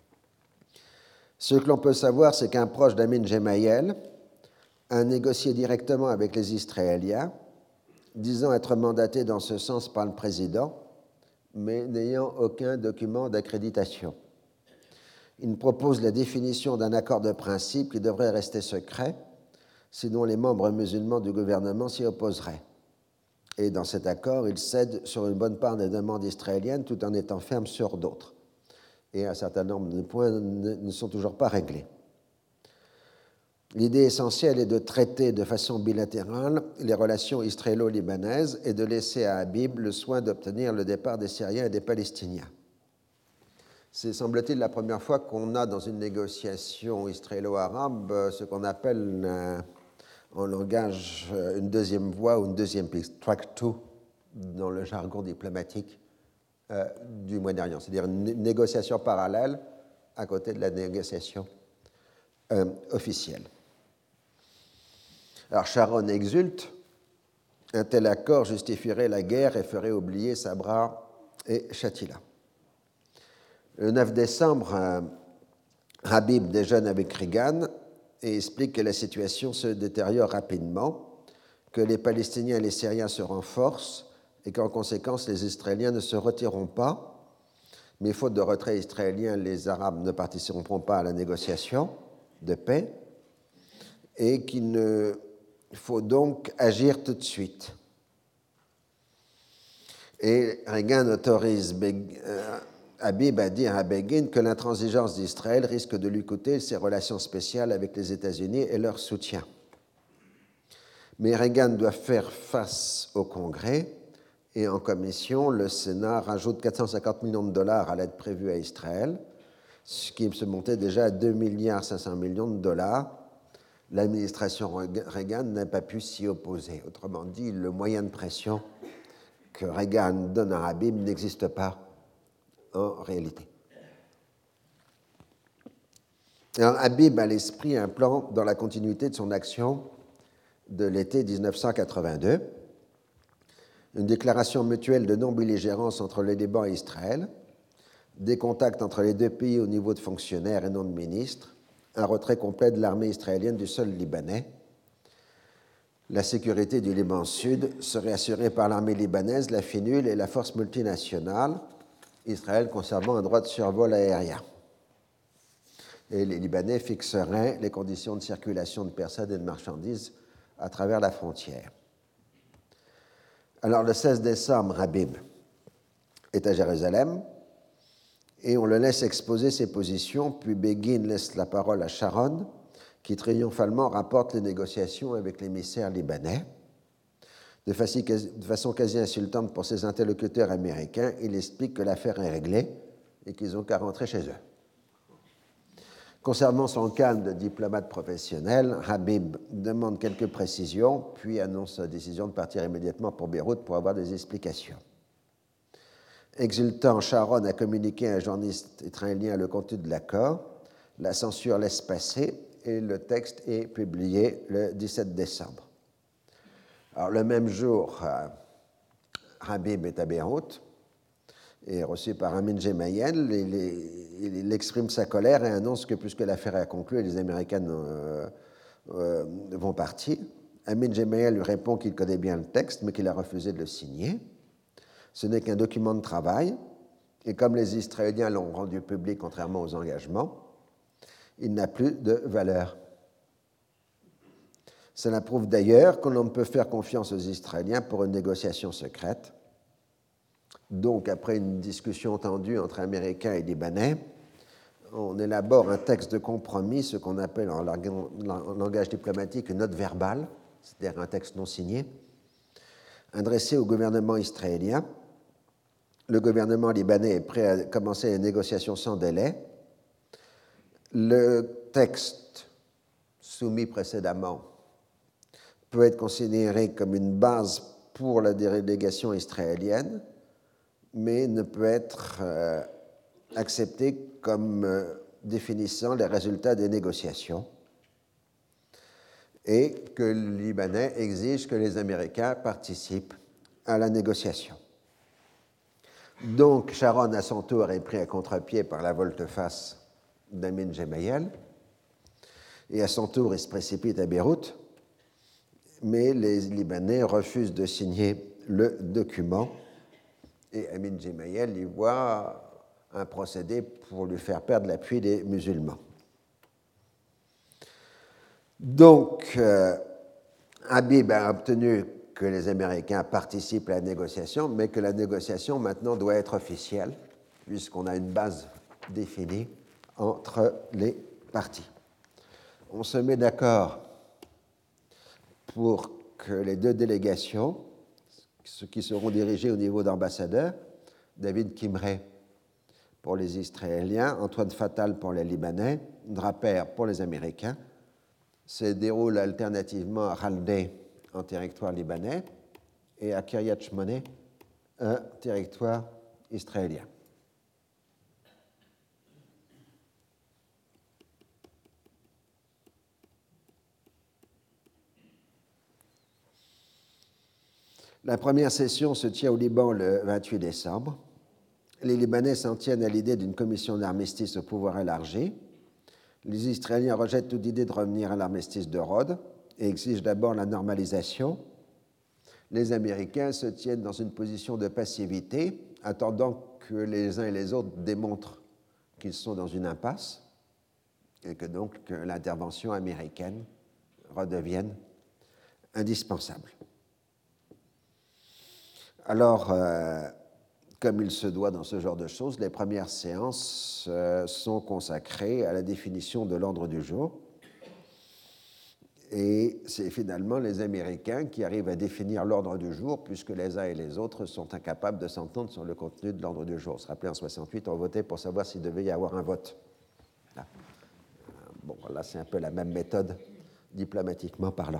Ce que l'on peut savoir, c'est qu'un proche d'Amin Gemayel a négocié directement avec les Israéliens, disant être mandaté dans ce sens par le président, mais n'ayant aucun document d'accréditation. Il propose la définition d'un accord de principe qui devrait rester secret, sinon les membres musulmans du gouvernement s'y opposeraient. Et dans cet accord, il cède sur une bonne part des demandes israéliennes tout en étant ferme sur d'autres. Et un certain nombre de points ne sont toujours pas réglés. L'idée essentielle est de traiter de façon bilatérale les relations israélo-libanaises et de laisser à Habib le soin d'obtenir le départ des Syriens et des Palestiniens. C'est, semble-t-il, la première fois qu'on a dans une négociation israélo-arabe ce qu'on appelle euh, en langage une deuxième voie ou une deuxième piste, track two, dans le jargon diplomatique euh, du Moyen-Orient, c'est-à-dire une négociation parallèle à côté de la négociation euh, officielle. Alors Sharon exulte, un tel accord justifierait la guerre et ferait oublier Sabra et Shatila. Le neuf décembre, euh, Habib déjeune avec Reagan et explique que la situation se détériore rapidement, que les Palestiniens et les Syriens se renforcent et qu'en conséquence, les Israéliens ne se retireront pas, mais faute de retrait israélien, les Arabes ne participeront pas à la négociation de paix et qu'il ne faut donc agir tout de suite. Et Reagan autorise Beg- euh, Habib a dit à Begin que l'intransigeance d'Israël risque de lui coûter ses relations spéciales avec les États-Unis et leur soutien. Mais Reagan doit faire face au Congrès et en commission, le Sénat rajoute quatre cent cinquante millions de dollars à l'aide prévue à Israël, ce qui se montait déjà à deux milliards cinq cents millions de dollars. L'administration Reagan n'a pas pu s'y opposer. Autrement dit, le moyen de pression que Reagan donne à Habib n'existe pas en réalité. Alors, Habib a à l'esprit un plan dans la continuité de son action de l'été dix-neuf cent quatre-vingt-deux, une déclaration mutuelle de non-belligérance entre le Liban et Israël, des contacts entre les deux pays au niveau de fonctionnaires et non de ministres, un retrait complet de l'armée israélienne du sol libanais. La sécurité du Liban Sud serait assurée par l'armée libanaise, la FINUL et la force multinationale, Israël conservant un droit de survol aérien. Et les Libanais fixeraient les conditions de circulation de personnes et de marchandises à travers la frontière. Alors, le seize décembre, Habib est à Jérusalem et on le laisse exposer ses positions, puis Begin laisse la parole à Sharon, qui triomphalement rapporte les négociations avec l'émissaire libanais. De façon quasi insultante pour ses interlocuteurs américains, il explique que l'affaire est réglée et qu'ils n'ont qu'à rentrer chez eux. Conservant son calme de diplomate professionnel, Habib demande quelques précisions, puis annonce sa décision de partir immédiatement pour Beyrouth pour avoir des explications. Exultant, Sharon a communiqué à un journaliste israélien le contenu de l'accord. La censure laisse passer et le texte est publié le dix-sept décembre. Alors, le même jour, euh, Habib est à Beyrouth et est reçu par Amin Gemayel. Il, il, il exprime sa colère et annonce que puisque l'affaire est conclue, les Américains euh, euh, vont partir. Amin Gemayel lui répond qu'il connaît bien le texte, mais qu'il a refusé de le signer. Ce n'est qu'un document de travail, et comme les Israéliens l'ont rendu public contrairement aux engagements, il n'a plus de valeur. Cela prouve d'ailleurs que l'on ne peut faire confiance aux Israéliens pour une négociation secrète. Donc, après une discussion tendue entre Américains et Libanais, on élabore un texte de compromis, ce qu'on appelle en langage diplomatique une note verbale, c'est-à-dire un texte non signé, adressé au gouvernement israélien. Le gouvernement libanais est prêt à commencer les négociations sans délai. Le texte soumis précédemment peut être considéré comme une base pour la délégation israélienne, mais ne peut être euh, accepté comme euh, définissant les résultats des négociations, et que le Libanais exige que les Américains participent à la négociation. Donc, Sharon, à son tour, est pris à contre-pied par la volte-face d'Amin Gemayel, et à son tour, il se précipite à Beyrouth, mais les Libanais refusent de signer le document, et Amin Gemayel y voit un procédé pour lui faire perdre l'appui des musulmans. Donc, euh, Habib a obtenu que les Américains participent à la négociation, mais que la négociation maintenant doit être officielle, puisqu'on a une base définie entre les parties. On se met d'accord pour que les deux délégations, ceux qui seront dirigés au niveau d'ambassadeurs, David Kimrey pour les Israéliens, Antoine Fatal pour les Libanais, Draper pour les Américains, se déroulent alternativement à Raldé, en territoire libanais, et à Kiryat Shmona, un territoire israélien. La première session se tient au Liban le vingt-huit décembre. Les Libanais s'en tiennent à l'idée d'une commission d'armistice au pouvoir élargi. Les Israéliens rejettent toute idée de revenir à l'armistice de Rhodes et exigent d'abord la normalisation. Les Américains se tiennent dans une position de passivité, attendant que les uns et les autres démontrent qu'ils sont dans une impasse et que donc que l'intervention américaine redevienne indispensable. Alors, euh, comme il se doit dans ce genre de choses, les premières séances euh, sont consacrées à la définition de l'ordre du jour. Et c'est finalement les Américains qui arrivent à définir l'ordre du jour, puisque les uns et les autres sont incapables de s'entendre sur le contenu de l'ordre du jour. Vous vous rappelez, en soixante-huit, on votait pour savoir s'il devait y avoir un vote. Là. Bon, là, c'est un peu la même méthode, diplomatiquement parlant.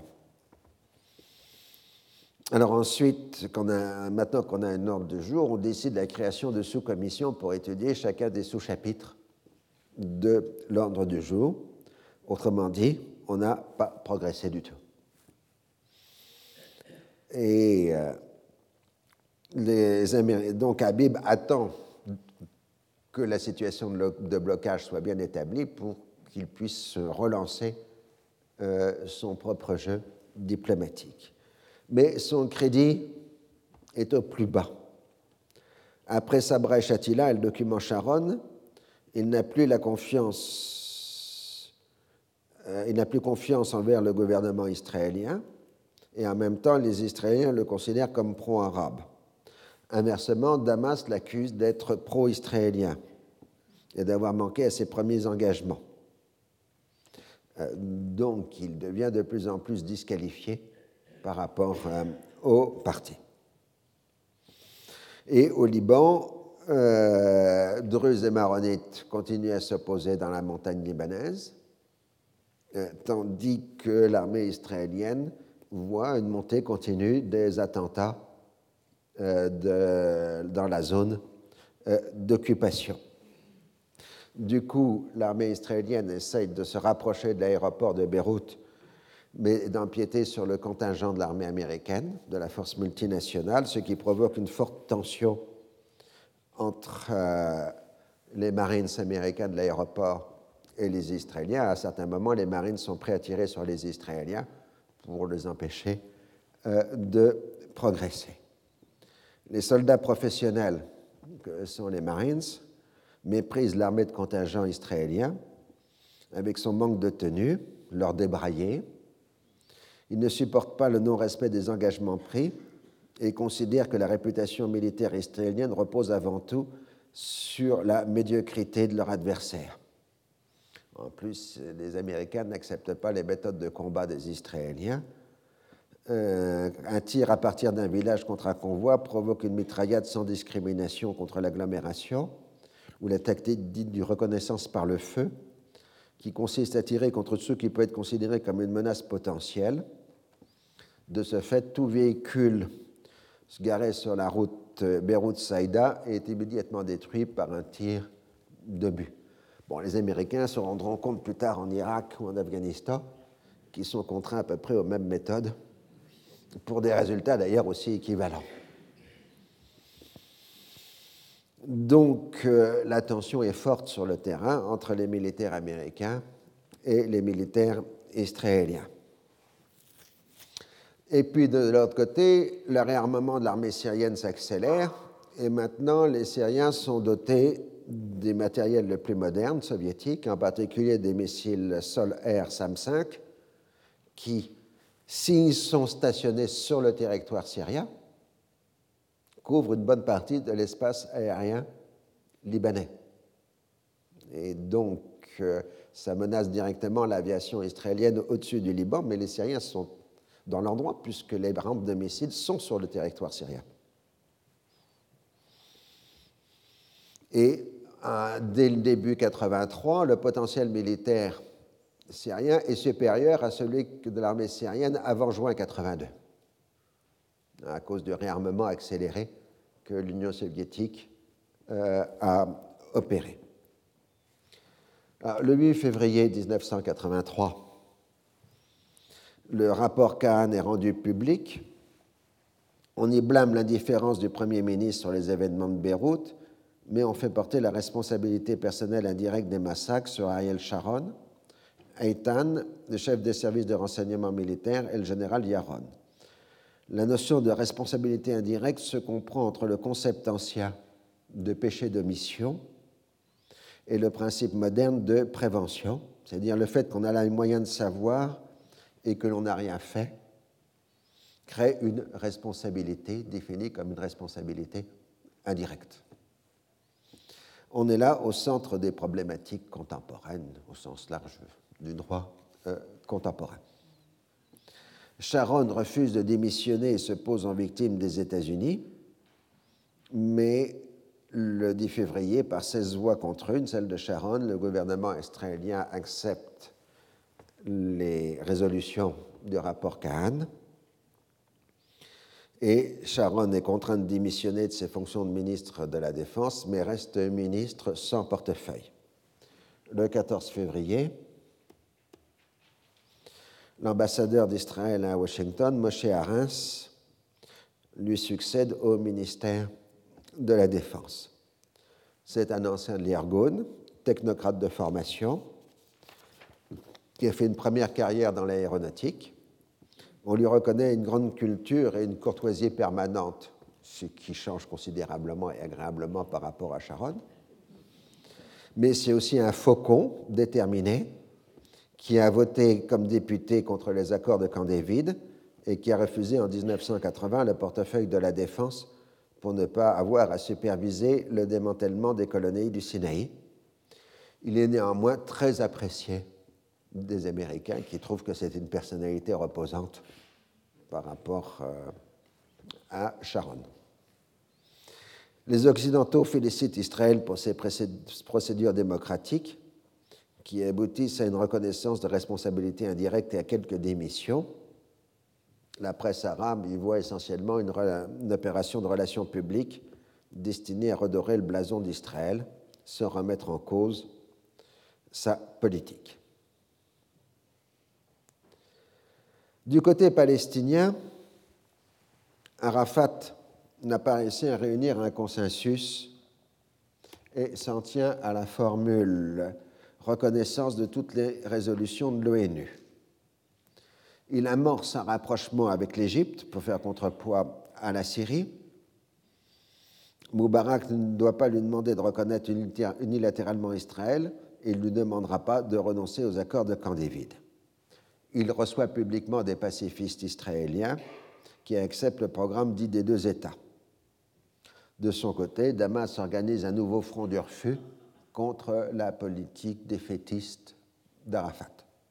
Alors ensuite, qu'on a, maintenant qu'on a un ordre du jour, on décide la création de sous-commissions pour étudier chacun des sous-chapitres de l'ordre du jour. Autrement dit, on n'a pas progressé du tout. Et euh, les Américains, donc Habib attend que la situation de blocage soit bien établie pour qu'il puisse relancer euh, son propre jeu diplomatique. Mais son crédit est au plus bas. Après Sabra et Shatila et le document Sharon, il n'a plus la confiance, euh, il n'a plus confiance envers le gouvernement israélien, et en même temps les Israéliens le considèrent comme pro-arabe. Inversement, Damas l'accuse d'être pro-israélien et d'avoir manqué à ses premiers engagements. Euh, donc il devient de plus en plus disqualifié par rapport euh, au parti. Et au Liban, euh, Druzes et Maronites continuent à s'opposer dans la montagne libanaise, euh, tandis que l'armée israélienne voit une montée continue des attentats euh, de, dans la zone euh, d'occupation. Du coup, l'armée israélienne essaye de se rapprocher de l'aéroport de Beyrouth, mais d'empiéter sur le contingent de l'armée américaine, de la force multinationale, ce qui provoque une forte tension entre euh, les Marines américains de l'aéroport et les Israéliens. À certains moments, les Marines sont prêts à tirer sur les Israéliens pour les empêcher euh, de progresser. Les soldats professionnels, que sont les Marines, méprisent l'armée de contingent israélien avec son manque de tenue, leur débraillé. Ils ne supportent pas le non-respect des engagements pris et considèrent que la réputation militaire israélienne repose avant tout sur la médiocrité de leur adversaire. En plus, les Américains n'acceptent pas les méthodes de combat des Israéliens. Euh, un tir à partir d'un village contre un convoi provoque une mitraillade sans discrimination contre l'agglomération, ou la tactique dite du reconnaissance par le feu, qui consiste à tirer contre ceux qui peuvent être considérés comme une menace potentielle. De ce fait, tout véhicule garé sur la route Beyrouth-Saïda est immédiatement détruit par un tir d'obus. Bon, les Américains se rendront compte plus tard en Irak ou en Afghanistan qu'ils sont contraints à peu près aux mêmes méthodes, pour des résultats d'ailleurs aussi équivalents. Donc, euh, la tension est forte sur le terrain entre les militaires américains et les militaires israéliens. Et puis, de l'autre côté, le réarmement de l'armée syrienne s'accélère et maintenant, les Syriens sont dotés des matériels les plus modernes soviétiques, en particulier des missiles sol-air SAM cinq, qui, s'ils sont stationnés sur le territoire syrien, couvre une bonne partie de l'espace aérien libanais. Et donc, euh, ça menace directement l'aviation israélienne au-dessus du Liban, mais les Syriens sont dans l'endroit puisque les rampes de missiles sont sur le territoire syrien. Et euh, dès le début quatre-vingt-trois, le potentiel militaire syrien est supérieur à celui de l'armée syrienne avant juin quatre-vingt-deux, à cause du réarmement accéléré que l'Union soviétique euh, a opéré. Alors, le huit février mille neuf cent quatre-vingt-trois, le rapport Kahan est rendu public. On y blâme l'indifférence du Premier ministre sur les événements de Beyrouth, mais on fait porter la responsabilité personnelle indirecte des massacres sur Ariel Sharon, Eitan, le chef des services de renseignement militaire, et le général Yaron. La notion de responsabilité indirecte se comprend entre le concept ancien de péché d'omission et le principe moderne de prévention, c'est-à-dire le fait qu'on a les moyens de savoir et que l'on n'a rien fait, crée une responsabilité définie comme une responsabilité indirecte. On est là au centre des problématiques contemporaines, au sens large du droit euh, contemporain. Sharon refuse de démissionner et se pose en victime des États-Unis, mais le dix février, par seize voix contre une, celle de Sharon, le gouvernement israélien accepte les résolutions du rapport Kahan et Sharon est contraint de démissionner de ses fonctions de ministre de la Défense, mais reste ministre sans portefeuille. Le quatorze février, l'ambassadeur d'Israël à Washington, Moshe Arens, lui succède au ministère de la Défense. C'est un ancien de l'Irgun, technocrate de formation, qui a fait une première carrière dans l'aéronautique. On lui reconnaît une grande culture et une courtoisie permanente, ce qui change considérablement et agréablement par rapport à Sharon. Mais c'est aussi un faucon déterminé qui a voté comme député contre les accords de Camp David et qui a refusé en mille neuf cent quatre-vingts le portefeuille de la Défense pour ne pas avoir à superviser le démantèlement des colonies du Sinaï. Il est néanmoins très apprécié des Américains qui trouvent que c'est une personnalité reposante par rapport euh, à Sharon. Les Occidentaux félicitent Israël pour ses procédures démocratiques qui aboutissent à une reconnaissance de responsabilité indirecte et à quelques démissions. La presse arabe y voit essentiellement une, une opération de relations publiques destinée à redorer le blason d'Israël sans remettre en cause sa politique. Du côté palestinien, Arafat n'a pas réussi à réunir un consensus et s'en tient à la formule reconnaissance de toutes les résolutions de l'ONU. Il amorce un rapprochement avec l'Égypte pour faire contrepoids à la Syrie. Moubarak ne doit pas lui demander de reconnaître unilatéralement Israël et il ne lui demandera pas de renoncer aux accords de Camp David. Il reçoit publiquement des pacifistes israéliens qui acceptent le programme dit des deux États. De son côté, Damas organise un nouveau front du refus contre la politique défaitiste d'Arafat.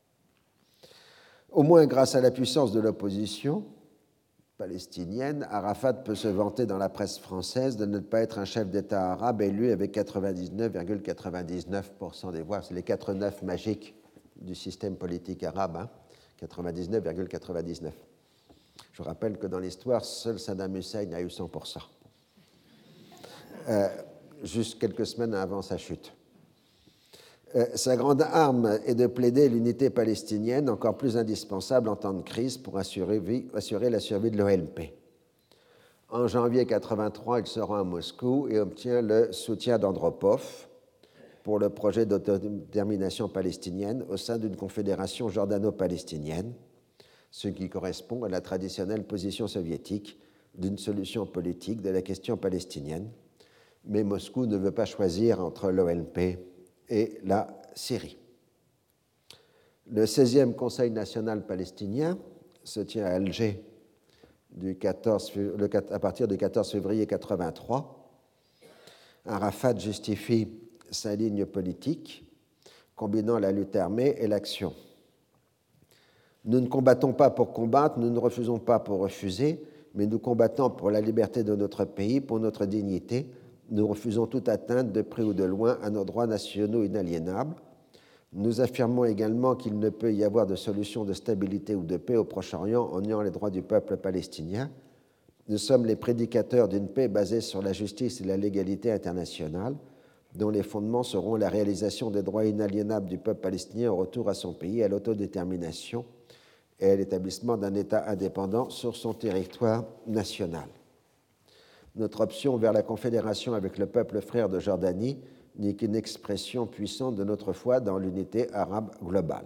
Au moins grâce à la puissance de l'opposition palestinienne, Arafat peut se vanter dans la presse française de ne pas être un chef d'État arabe élu avec quatre-vingt-dix-neuf virgule quatre-vingt-dix-neuf pour cent des voix. C'est les quatre neuf magiques du système politique arabe, hein, quatre-vingt-dix-neuf virgule quatre-vingt-dix-neuf. Je rappelle que dans l'histoire, seul Saddam Hussein a eu cent pour cent. Euh, juste quelques semaines avant sa chute. Euh, sa grande arme est de plaider l'unité palestinienne, encore plus indispensable en temps de crise pour assurer, assurer la survie de l'O L P. En janvier mille neuf cent quatre-vingt-trois, il se rend à Moscou et obtient le soutien d'Andropov pour le projet d'autodétermination palestinienne au sein d'une confédération jordano-palestinienne, ce qui correspond à la traditionnelle position soviétique d'une solution politique de la question palestinienne. Mais Moscou ne veut pas choisir entre l'O L P et la Syrie. Le seizième Conseil national palestinien se tient à Alger du quatorze, le, à partir du quatorze février mille neuf cent quatre-vingt-trois. Arafat justifie sa ligne politique, combinant la lutte armée et l'action. Nous ne combattons pas pour combattre, nous ne refusons pas pour refuser, mais nous combattons pour la liberté de notre pays, pour notre dignité. Nous refusons toute atteinte de près ou de loin à nos droits nationaux inaliénables. Nous affirmons également qu'il ne peut y avoir de solution de stabilité ou de paix au Proche-Orient en niant les droits du peuple palestinien. Nous sommes les prédicateurs d'une paix basée sur la justice et la légalité internationale, dont les fondements seront la réalisation des droits inaliénables du peuple palestinien au retour à son pays, à l'autodétermination et à l'établissement d'un État indépendant sur son territoire national. Notre option vers la confédération avec le peuple frère de Jordanie n'est qu'une expression puissante de notre foi dans l'unité arabe globale.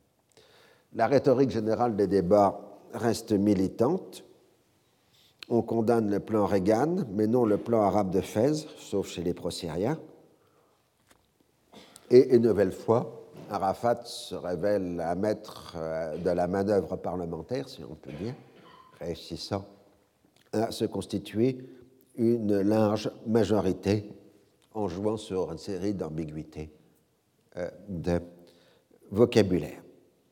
La rhétorique générale des débats reste militante. On condamne le plan Reagan, mais non le plan arabe de Fès, sauf chez les pro-syriens. Et une nouvelle fois, Arafat se révèle un maître de la manœuvre parlementaire, si on peut dire, réussissant à se constituer une large majorité en jouant sur une série d'ambiguïtés euh, de vocabulaire.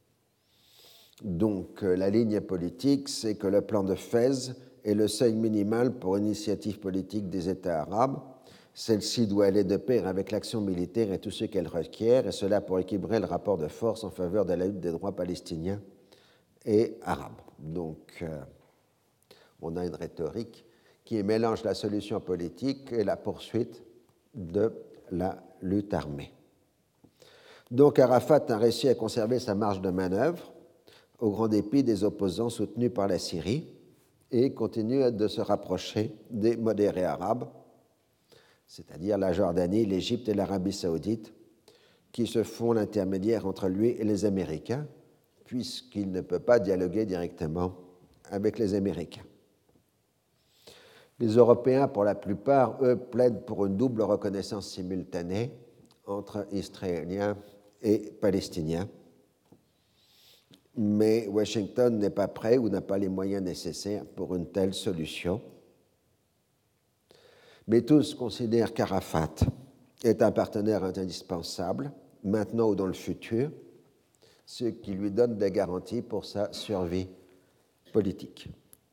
Donc, euh, la ligne politique, c'est que le plan de Fès est le seuil minimal pour une initiative politique des États arabes. Celle-ci doit aller de pair avec l'action militaire et tout ce qu'elle requiert, et cela pour équilibrer le rapport de force en faveur de la lutte des droits palestiniens et arabes. Donc, euh, on a une rhétorique qui mélange la solution politique et la poursuite de la lutte armée. Donc Arafat a réussi à conserver sa marge de manœuvre au grand dépit des opposants soutenus par la Syrie et continue de se rapprocher des modérés arabes, c'est-à-dire la Jordanie, l'Égypte et l'Arabie saoudite, qui se font l'intermédiaire entre lui et les Américains, puisqu'il ne peut pas dialoguer directement avec les Américains. Les Européens, pour la plupart, eux, plaident pour une double reconnaissance simultanée entre Israéliens et Palestiniens. mais Washington n'est pas prêt ou n'a pas les moyens nécessaires pour une telle solution. Mais tous considèrent qu'Arafat est un partenaire indispensable, maintenant ou dans le futur, ce qui lui donne des garanties pour sa survie politique.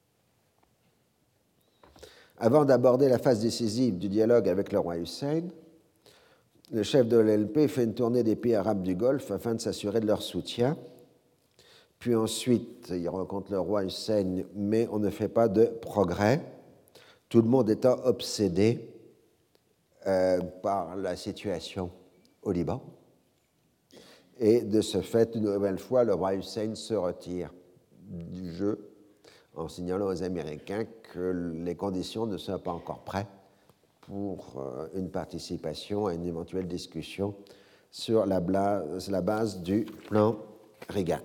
Avant d'aborder la phase décisive du dialogue avec le roi Hussein, le chef de l'O L P fait une tournée des pays arabes du Golfe afin de s'assurer de leur soutien. Puis ensuite, il rencontre le roi Hussein, mais on ne fait pas de progrès, tout le monde étant obsédé euh, par la situation au Liban. Et de ce fait, une nouvelle fois, le roi Hussein se retire du jeu en signalant aux Américains que les conditions ne sont pas encore prêtes pour euh, une participation à une éventuelle discussion sur la, base, la base du plan Reagan.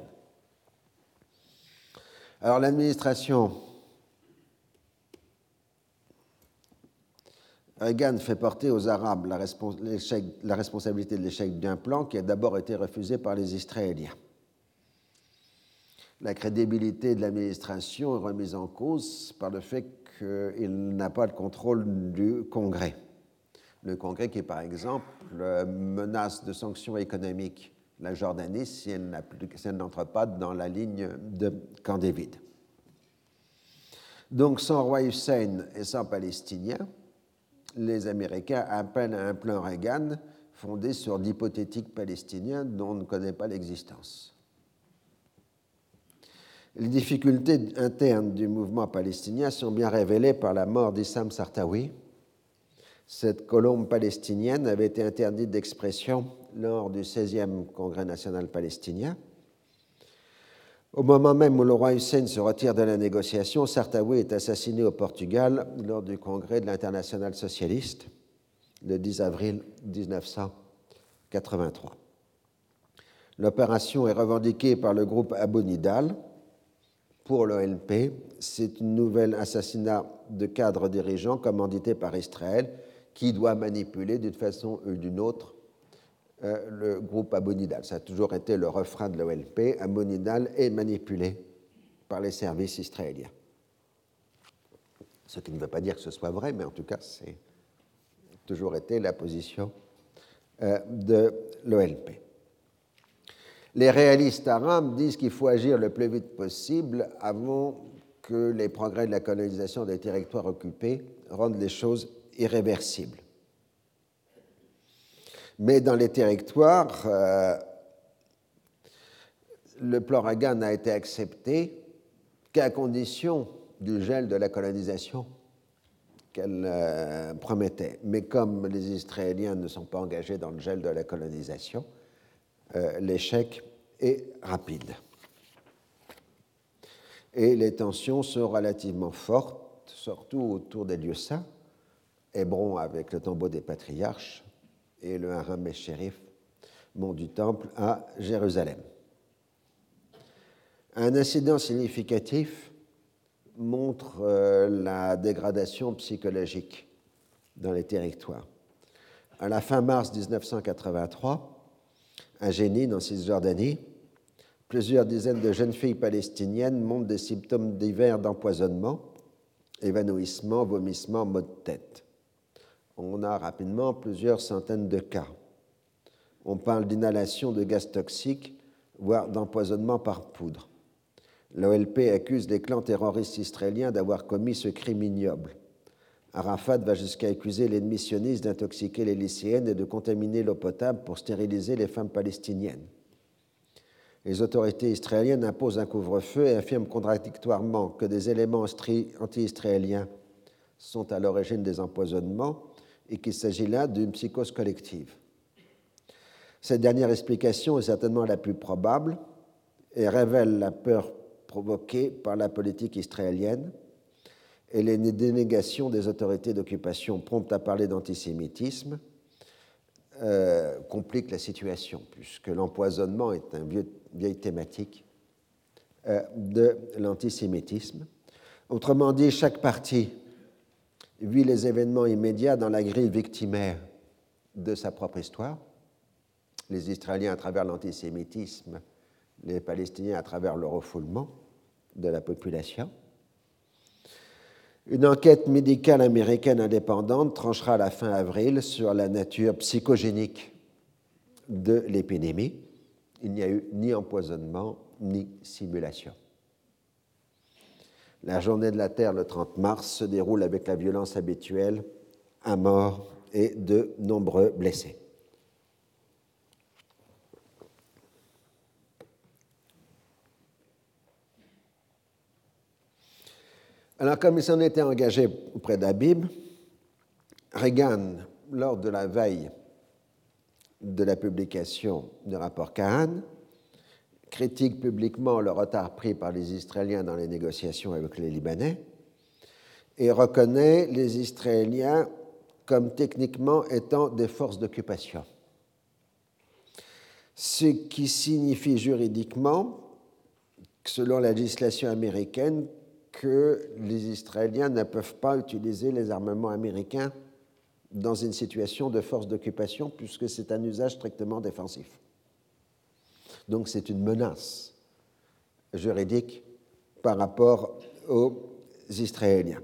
Alors l'administration Reagan fait porter aux Arabes la, respons la responsabilité de l'échec d'un plan qui a d'abord été refusé par les Israéliens. La crédibilité de l'administration est remise en cause par le fait qu'il n'a pas le contrôle du Congrès. Le Congrès qui, par exemple, menace de sanctions économiques la Jordanie si elle n'entre pas dans la ligne de Camp David. Donc, sans roi Hussein et sans Palestiniens, les Américains appellent à un plan Reagan fondé sur d'hypothétiques Palestiniens dont on ne connaît pas l'existence. Les difficultés internes du mouvement palestinien sont bien révélées par la mort d'Issam Sartawi. Cette colombe palestinienne avait été interdite d'expression lors du seizième Congrès national palestinien. Au moment même où le roi Hussein se retire de la négociation, Sartawi est assassiné au Portugal lors du Congrès de l'Internationale socialiste le dix avril mille neuf cent quatre-vingt-trois. L'opération est revendiquée par le groupe Abu Nidal. Pour l'O L P, c'est une nouvelle assassinat de cadres dirigeants commandité par Israël qui doit manipuler d'une façon ou d'une autre euh, le groupe Abu Nidal. Ça a toujours été le refrain de l'O L P, Abu Nidal est manipulé par les services israéliens. Ce qui ne veut pas dire que ce soit vrai, mais en tout cas, c'est toujours été la position euh, de l'O L P. Les réalistes arabes disent qu'il faut agir le plus vite possible avant que les progrès de la colonisation des territoires occupés rendent les choses irréversibles. Mais dans les territoires, euh, le plan Reagan n'a été accepté qu'à condition du gel de la colonisation qu'elle euh, promettait. Mais comme les Israéliens ne sont pas engagés dans le gel de la colonisation, Euh, l'échec est rapide. Et les tensions sont relativement fortes, surtout autour des lieux saints, Hébron avec le tombeau des patriarches et le Haram el-Sherif, mont du Temple à Jérusalem. Un incident significatif montre euh, la dégradation psychologique dans les territoires. À la fin mars mille neuf cent quatre-vingt-trois, à Jénine, en Cisjordanie, plusieurs dizaines de jeunes filles palestiniennes montrent des symptômes divers d'empoisonnement, évanouissement, vomissement, maux de tête. On a rapidement plusieurs centaines de cas. On parle d'inhalation de gaz toxiques, voire d'empoisonnement par poudre. L'O L P accuse les clans terroristes israéliens d'avoir commis ce crime ignoble. Arafat va jusqu'à accuser l'ennemi sioniste d'intoxiquer les lycéennes et de contaminer l'eau potable pour stériliser les femmes palestiniennes. Les autorités israéliennes imposent un couvre-feu et affirment contradictoirement que des éléments anti-israéliens sont à l'origine des empoisonnements et qu'il s'agit là d'une psychose collective. Cette dernière explication est certainement la plus probable et révèle la peur provoquée par la politique israélienne et les dénégations des autorités d'occupation promptes à parler d'antisémitisme euh, compliquent la situation, puisque l'empoisonnement est une vieux, vieille thématique euh, de l'antisémitisme. Autrement dit, chaque partie vit les événements immédiats dans la grille victimaire de sa propre histoire. Les Israéliens, à travers l'antisémitisme, les Palestiniens à travers le refoulement de la population. Une enquête médicale américaine indépendante tranchera à la fin avril sur la nature psychogénique de l'épidémie. Il n'y a eu ni empoisonnement ni simulation. La journée de la Terre, le trente mars, se déroule avec la violence habituelle, un mort et de nombreux blessés. Alors, comme il s'en était engagé auprès d'Habib, Reagan, lors de la veille de la publication du rapport Kahan, critique publiquement le retard pris par les Israéliens dans les négociations avec les Libanais et reconnaît les Israéliens comme techniquement étant des forces d'occupation. Ce qui signifie juridiquement, selon la législation américaine, que les Israéliens ne peuvent pas utiliser les armements américains dans une situation de force d'occupation puisque c'est un usage strictement défensif. Donc c'est une menace juridique par rapport aux Israéliens.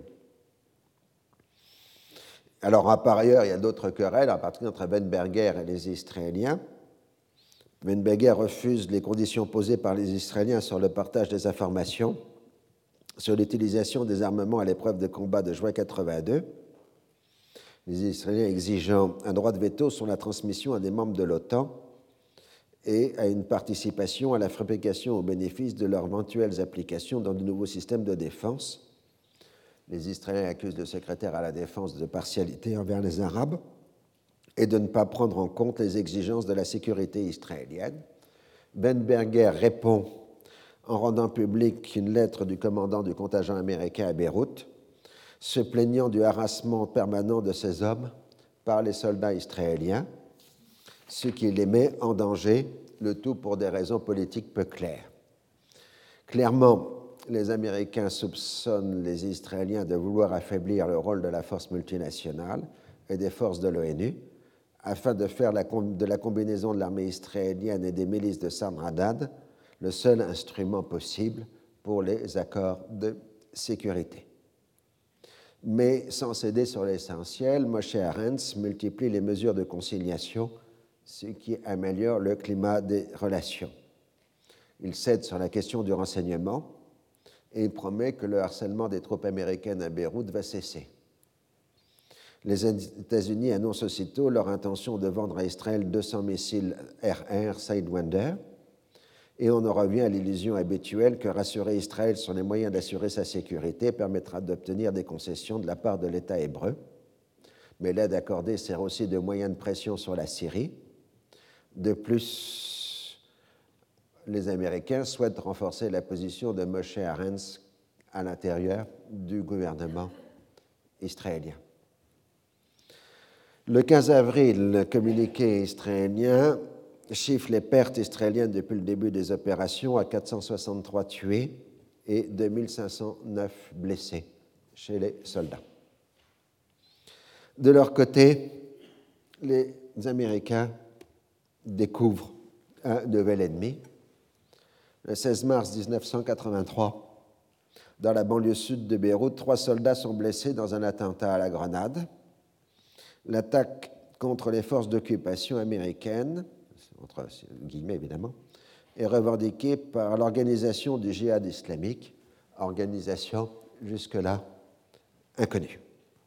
Alors, par ailleurs, il y a d'autres querelles, en particulier entre Weinberger et les Israéliens. Weinberger refuse les conditions posées par les Israéliens sur le partage des informations sur l'utilisation des armements à l'épreuve de combat de juin quatre-vingt-deux, les Israéliens exigeant un droit de veto sur la transmission à des membres de l'OTAN et à une participation à la fabrication au bénéfice de leurs éventuelles applications dans de nouveaux systèmes de défense. Les Israéliens accusent le secrétaire à la défense de partialité envers les Arabes et de ne pas prendre en compte les exigences de la sécurité israélienne. Weinberger répond en rendant publique une lettre du commandant du contingent américain à Beyrouth, se plaignant du harassement permanent de ces hommes par les soldats israéliens, ce qui les met en danger, le tout pour des raisons politiques peu claires. Clairement, les Américains soupçonnent les Israéliens de vouloir affaiblir le rôle de la force multinationale et des forces de l'ONU afin de faire la, de la combinaison de l'armée israélienne et des milices de Sanradad le seul instrument possible pour les accords de sécurité. Mais sans céder sur l'essentiel, Moshe Arens multiplie les mesures de conciliation, ce qui améliore le climat des relations. Il cède sur la question du renseignement et il promet que le harcèlement des troupes américaines à Beyrouth va cesser. Les États-Unis annoncent aussitôt leur intention de vendre à Israël deux cents missiles R R Sidewinder, et on en revient à l'illusion habituelle que rassurer Israël sur les moyens d'assurer sa sécurité permettra d'obtenir des concessions de la part de l'État hébreu. Mais l'aide accordée sert aussi de moyen de pression sur la Syrie. De plus, les Américains souhaitent renforcer la position de Moshe Arens à l'intérieur du gouvernement israélien. Le quinze avril, le communiqué israélien chiffre les pertes israéliennes depuis le début des opérations à quatre cent soixante-trois tués et deux mille cinq cent neuf blessés chez les soldats. De leur côté, les Américains découvrent un nouvel ennemi. Le seize mars mille neuf cent quatre-vingt-trois, dans la banlieue sud de Beyrouth, trois soldats sont blessés dans un attentat à la grenade. L'attaque contre les forces d'occupation américaines, entre guillemets évidemment, est revendiquée par l'organisation du djihad islamique, organisation jusque-là inconnue.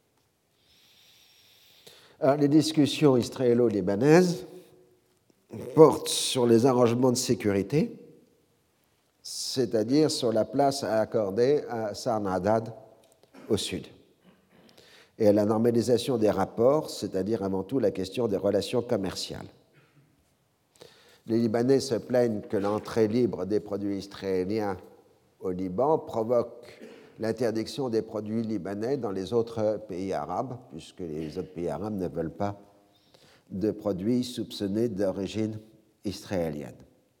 Alors, les discussions israélo-libanaises portent sur les arrangements de sécurité, c'est-à-dire sur la place à accorder à Sanradad au sud, et à la normalisation des rapports, c'est-à-dire avant tout la question des relations commerciales. Les Libanais se plaignent que l'entrée libre des produits israéliens au Liban provoque l'interdiction des produits libanais dans les autres pays arabes, puisque les autres pays arabes ne veulent pas de produits soupçonnés d'origine israélienne.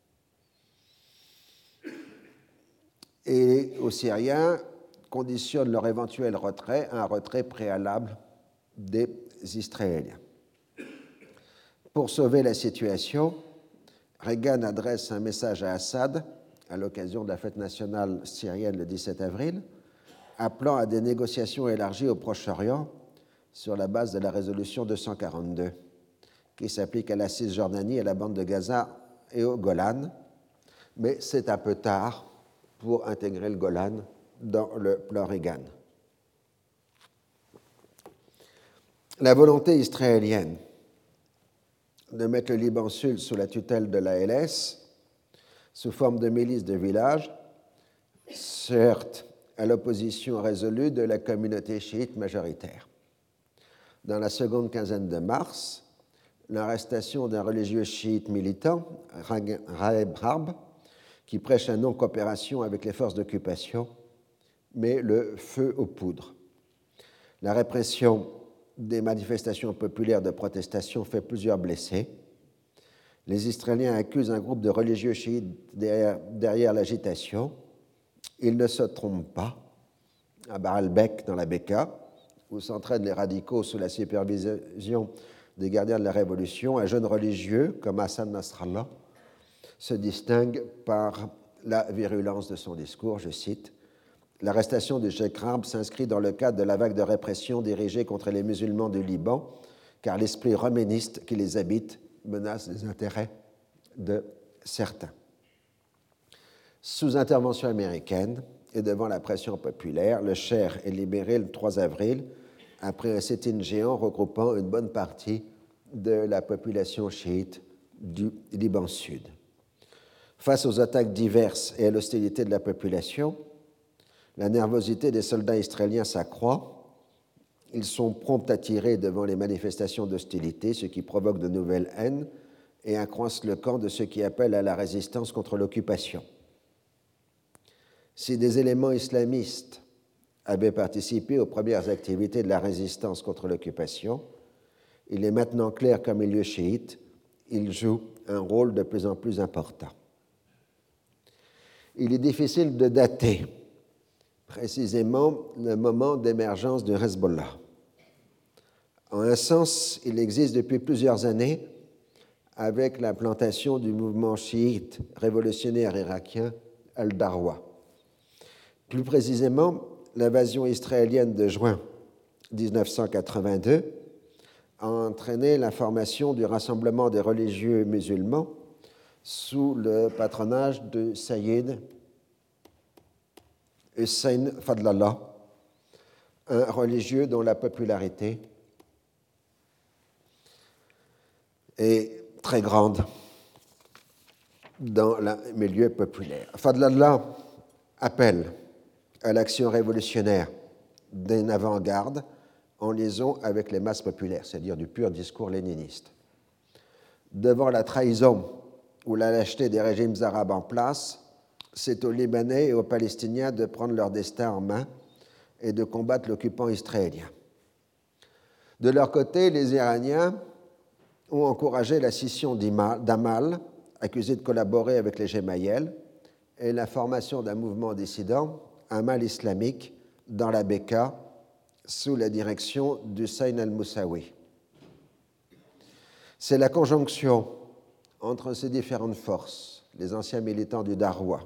Et aux Syriens conditionnent leur éventuel retrait à un retrait préalable des Israéliens. Pour sauver la situation, Reagan adresse un message à Assad à l'occasion de la fête nationale syrienne le dix-sept avril, appelant à des négociations élargies au Proche-Orient sur la base de la résolution deux cent quarante-deux, qui s'applique à la Cisjordanie, à la bande de Gaza et au Golan, mais c'est un peu tard pour intégrer le Golan dans le plan Reagan. La volonté israélienne de mettre le Liban Sud sous la tutelle de l'A L S, sous forme de milices de village, se heurte à l'opposition résolue de la communauté chiite majoritaire. Dans la seconde quinzaine de mars, l'arrestation d'un religieux chiite militant, Raeb Harb, qui prêche la non-coopération avec les forces d'occupation, met le feu aux poudres. La répression des manifestations populaires de protestation fait plusieurs blessés. Les Israéliens accusent un groupe de religieux chiites derrière, derrière l'agitation. Ils ne se trompent pas. À Baalbek, dans la Beka, où s'entraînent les radicaux sous la supervision des gardiens de la Révolution, un jeune religieux comme Hassan Nasrallah se distingue par la virulence de son discours. Je cite: « L'arrestation du cheikh Harb s'inscrit dans le cadre de la vague de répression dirigée contre les musulmans du Liban, car l'esprit roméniste qui les habite menace les intérêts de certains. » Sous intervention américaine et devant la pression populaire, le Cher est libéré le trois avril après un sit-in géant regroupant une bonne partie de la population chiite du Liban Sud. Face aux attaques diverses et à l'hostilité de la population, la nervosité des soldats israéliens s'accroît. Ils sont prompts à tirer devant les manifestations d'hostilité, ce qui provoque de nouvelles haines et accroissent le camp de ceux qui appellent à la résistance contre l'occupation. Si des éléments islamistes avaient participé aux premières activités de la résistance contre l'occupation, il est maintenant clair qu'en milieu chiite, ils jouent un rôle de plus en plus important. Il est difficile de dater précisément le moment d'émergence du Hezbollah. En un sens, il existe depuis plusieurs années avec l'implantation du mouvement chiite révolutionnaire irakien Al-Darwa. Plus précisément, l'invasion israélienne de juin mille neuf cent quatre-vingt-deux a entraîné la formation du Rassemblement des religieux musulmans sous le patronage de Sayyid Hussein Fadlallah, un religieux dont la popularité est très grande dans le milieu populaire. Fadlallah appelle à l'action révolutionnaire d'une avant-garde en liaison avec les masses populaires, c'est-à-dire du pur discours léniniste. Devant la trahison ou la lâcheté des régimes arabes en place, c'est aux Libanais et aux Palestiniens de prendre leur destin en main et de combattre l'occupant israélien. De leur côté, les Iraniens ont encouragé la scission d'Amal, accusé de collaborer avec les Gemayel, et la formation d'un mouvement dissident, Amal islamique, dans la Beka, sous la direction d'Hussein al-Moussaoui. C'est la conjonction entre ces différentes forces, les anciens militants du Darwa,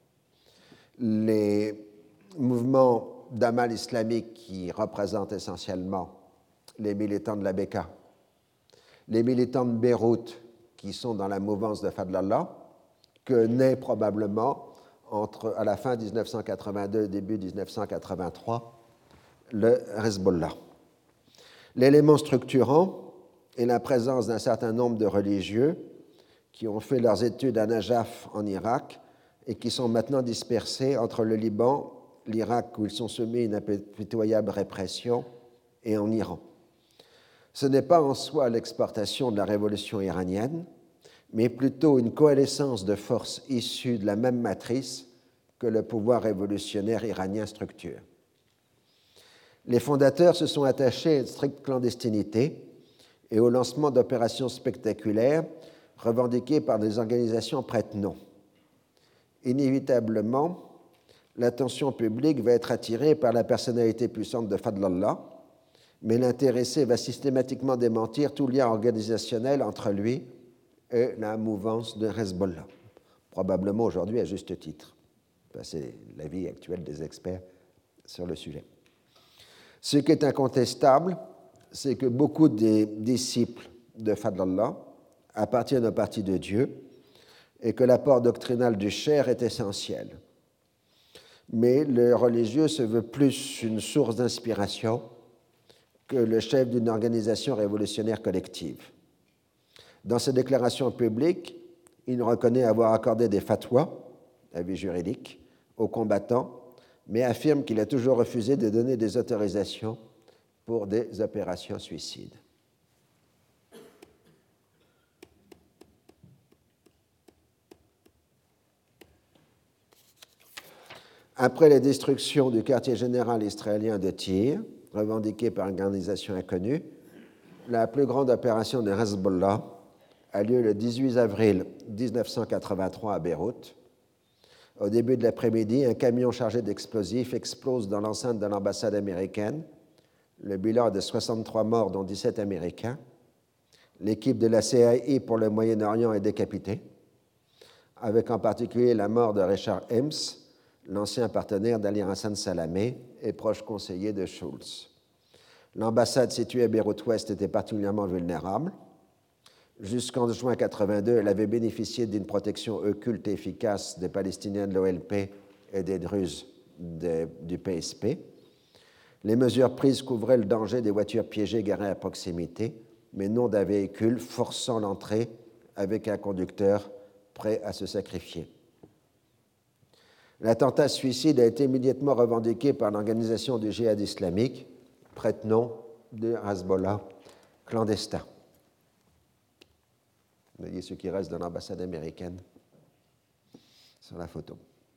les mouvements d'Amal islamique qui représentent essentiellement les militants de la Beka, les militants de Beyrouth qui sont dans la mouvance de Fadlallah, que naît probablement entre, à la fin mille neuf cent quatre-vingt-deux et début mille neuf cent quatre-vingt-trois, le Hezbollah. L'élément structurant est la présence d'un certain nombre de religieux qui ont fait leurs études à Najaf en Irak et qui sont maintenant dispersés entre le Liban, l'Irak où ils sont soumis à une impitoyable répression, et en Iran. Ce n'est pas en soi l'exportation de la révolution iranienne, mais plutôt une coalescence de forces issues de la même matrice que le pouvoir révolutionnaire iranien structure. Les fondateurs se sont attachés à une stricte clandestinité et au lancement d'opérations spectaculaires revendiquées par des organisations prête-nom. Inévitablement, l'attention publique va être attirée par la personnalité puissante de Fadlallah, mais l'intéressé va systématiquement démentir tout lien organisationnel entre lui et la mouvance de Hezbollah, probablement aujourd'hui à juste titre. Enfin, c'est l'avis actuel des experts sur le sujet. Ce qui est incontestable, c'est que beaucoup des disciples de Fadlallah appartiennent au parti de Dieu et que l'apport doctrinal du Cheikh est essentiel. Mais le religieux se veut plus une source d'inspiration que le chef d'une organisation révolutionnaire collective. Dans ses déclarations publiques, il reconnaît avoir accordé des fatwas, avis juridiques, aux combattants, mais affirme qu'il a toujours refusé de donner des autorisations pour des opérations suicides. Après les destructions du quartier général israélien de Tyr, revendiquée par une organisation inconnue, la plus grande opération de Hezbollah a lieu le dix-huit avril mille neuf cent quatre-vingt-trois à Beyrouth. Au début de l'après-midi, un camion chargé d'explosifs explose dans l'enceinte de l'ambassade américaine. Le bilan est de soixante-trois morts, dont dix-sept Américains. L'équipe de la C I A pour le Moyen-Orient est décapitée, avec en particulier la mort de Richard Helms, l'ancien partenaire d'Ali Hassan Salamé et proche conseiller de Schultz. L'ambassade située à Beyrouth-Ouest était particulièrement vulnérable. Jusqu'en juin mille neuf cent quatre-vingt-deux, elle avait bénéficié d'une protection occulte et efficace des Palestiniens de l'O L P et des Druzes de, du P S P. Les mesures prises couvraient le danger des voitures piégées garées à proximité, mais non d'un véhicule forçant l'entrée avec un conducteur prêt à se sacrifier. L'attentat suicide a été immédiatement revendiqué par l'organisation du djihad islamique, prête-nom de Hezbollah clandestin. Vous voyez ce qui reste de l'ambassade américaine sur la photo.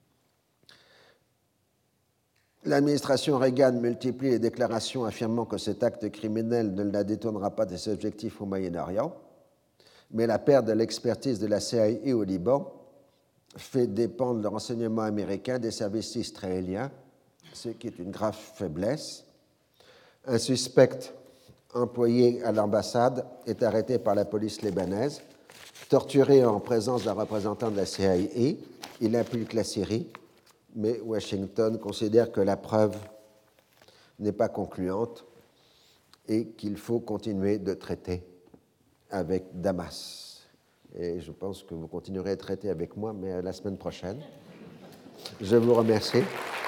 L'administration Reagan multiplie les déclarations affirmant que cet acte criminel ne la détournera pas de ses objectifs au Moyen-Orient, mais la perte de l'expertise de la C I A au Liban fait dépendre le renseignement américain des services israéliens, ce qui est une grave faiblesse. Un suspect employé à l'ambassade est arrêté par la police libanaise, torturé en présence d'un représentant de la C I A. Il implique la Syrie, mais Washington considère que la preuve n'est pas concluante et qu'il faut continuer de traiter avec Damas. Et je pense que vous continuerez à traiter avec moi, mais la semaine prochaine. Je vous remercie.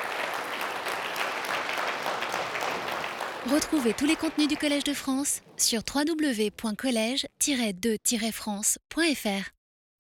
Retrouvez tous les contenus du Collège de France sur w w w point collège tiret de tiret france point f r.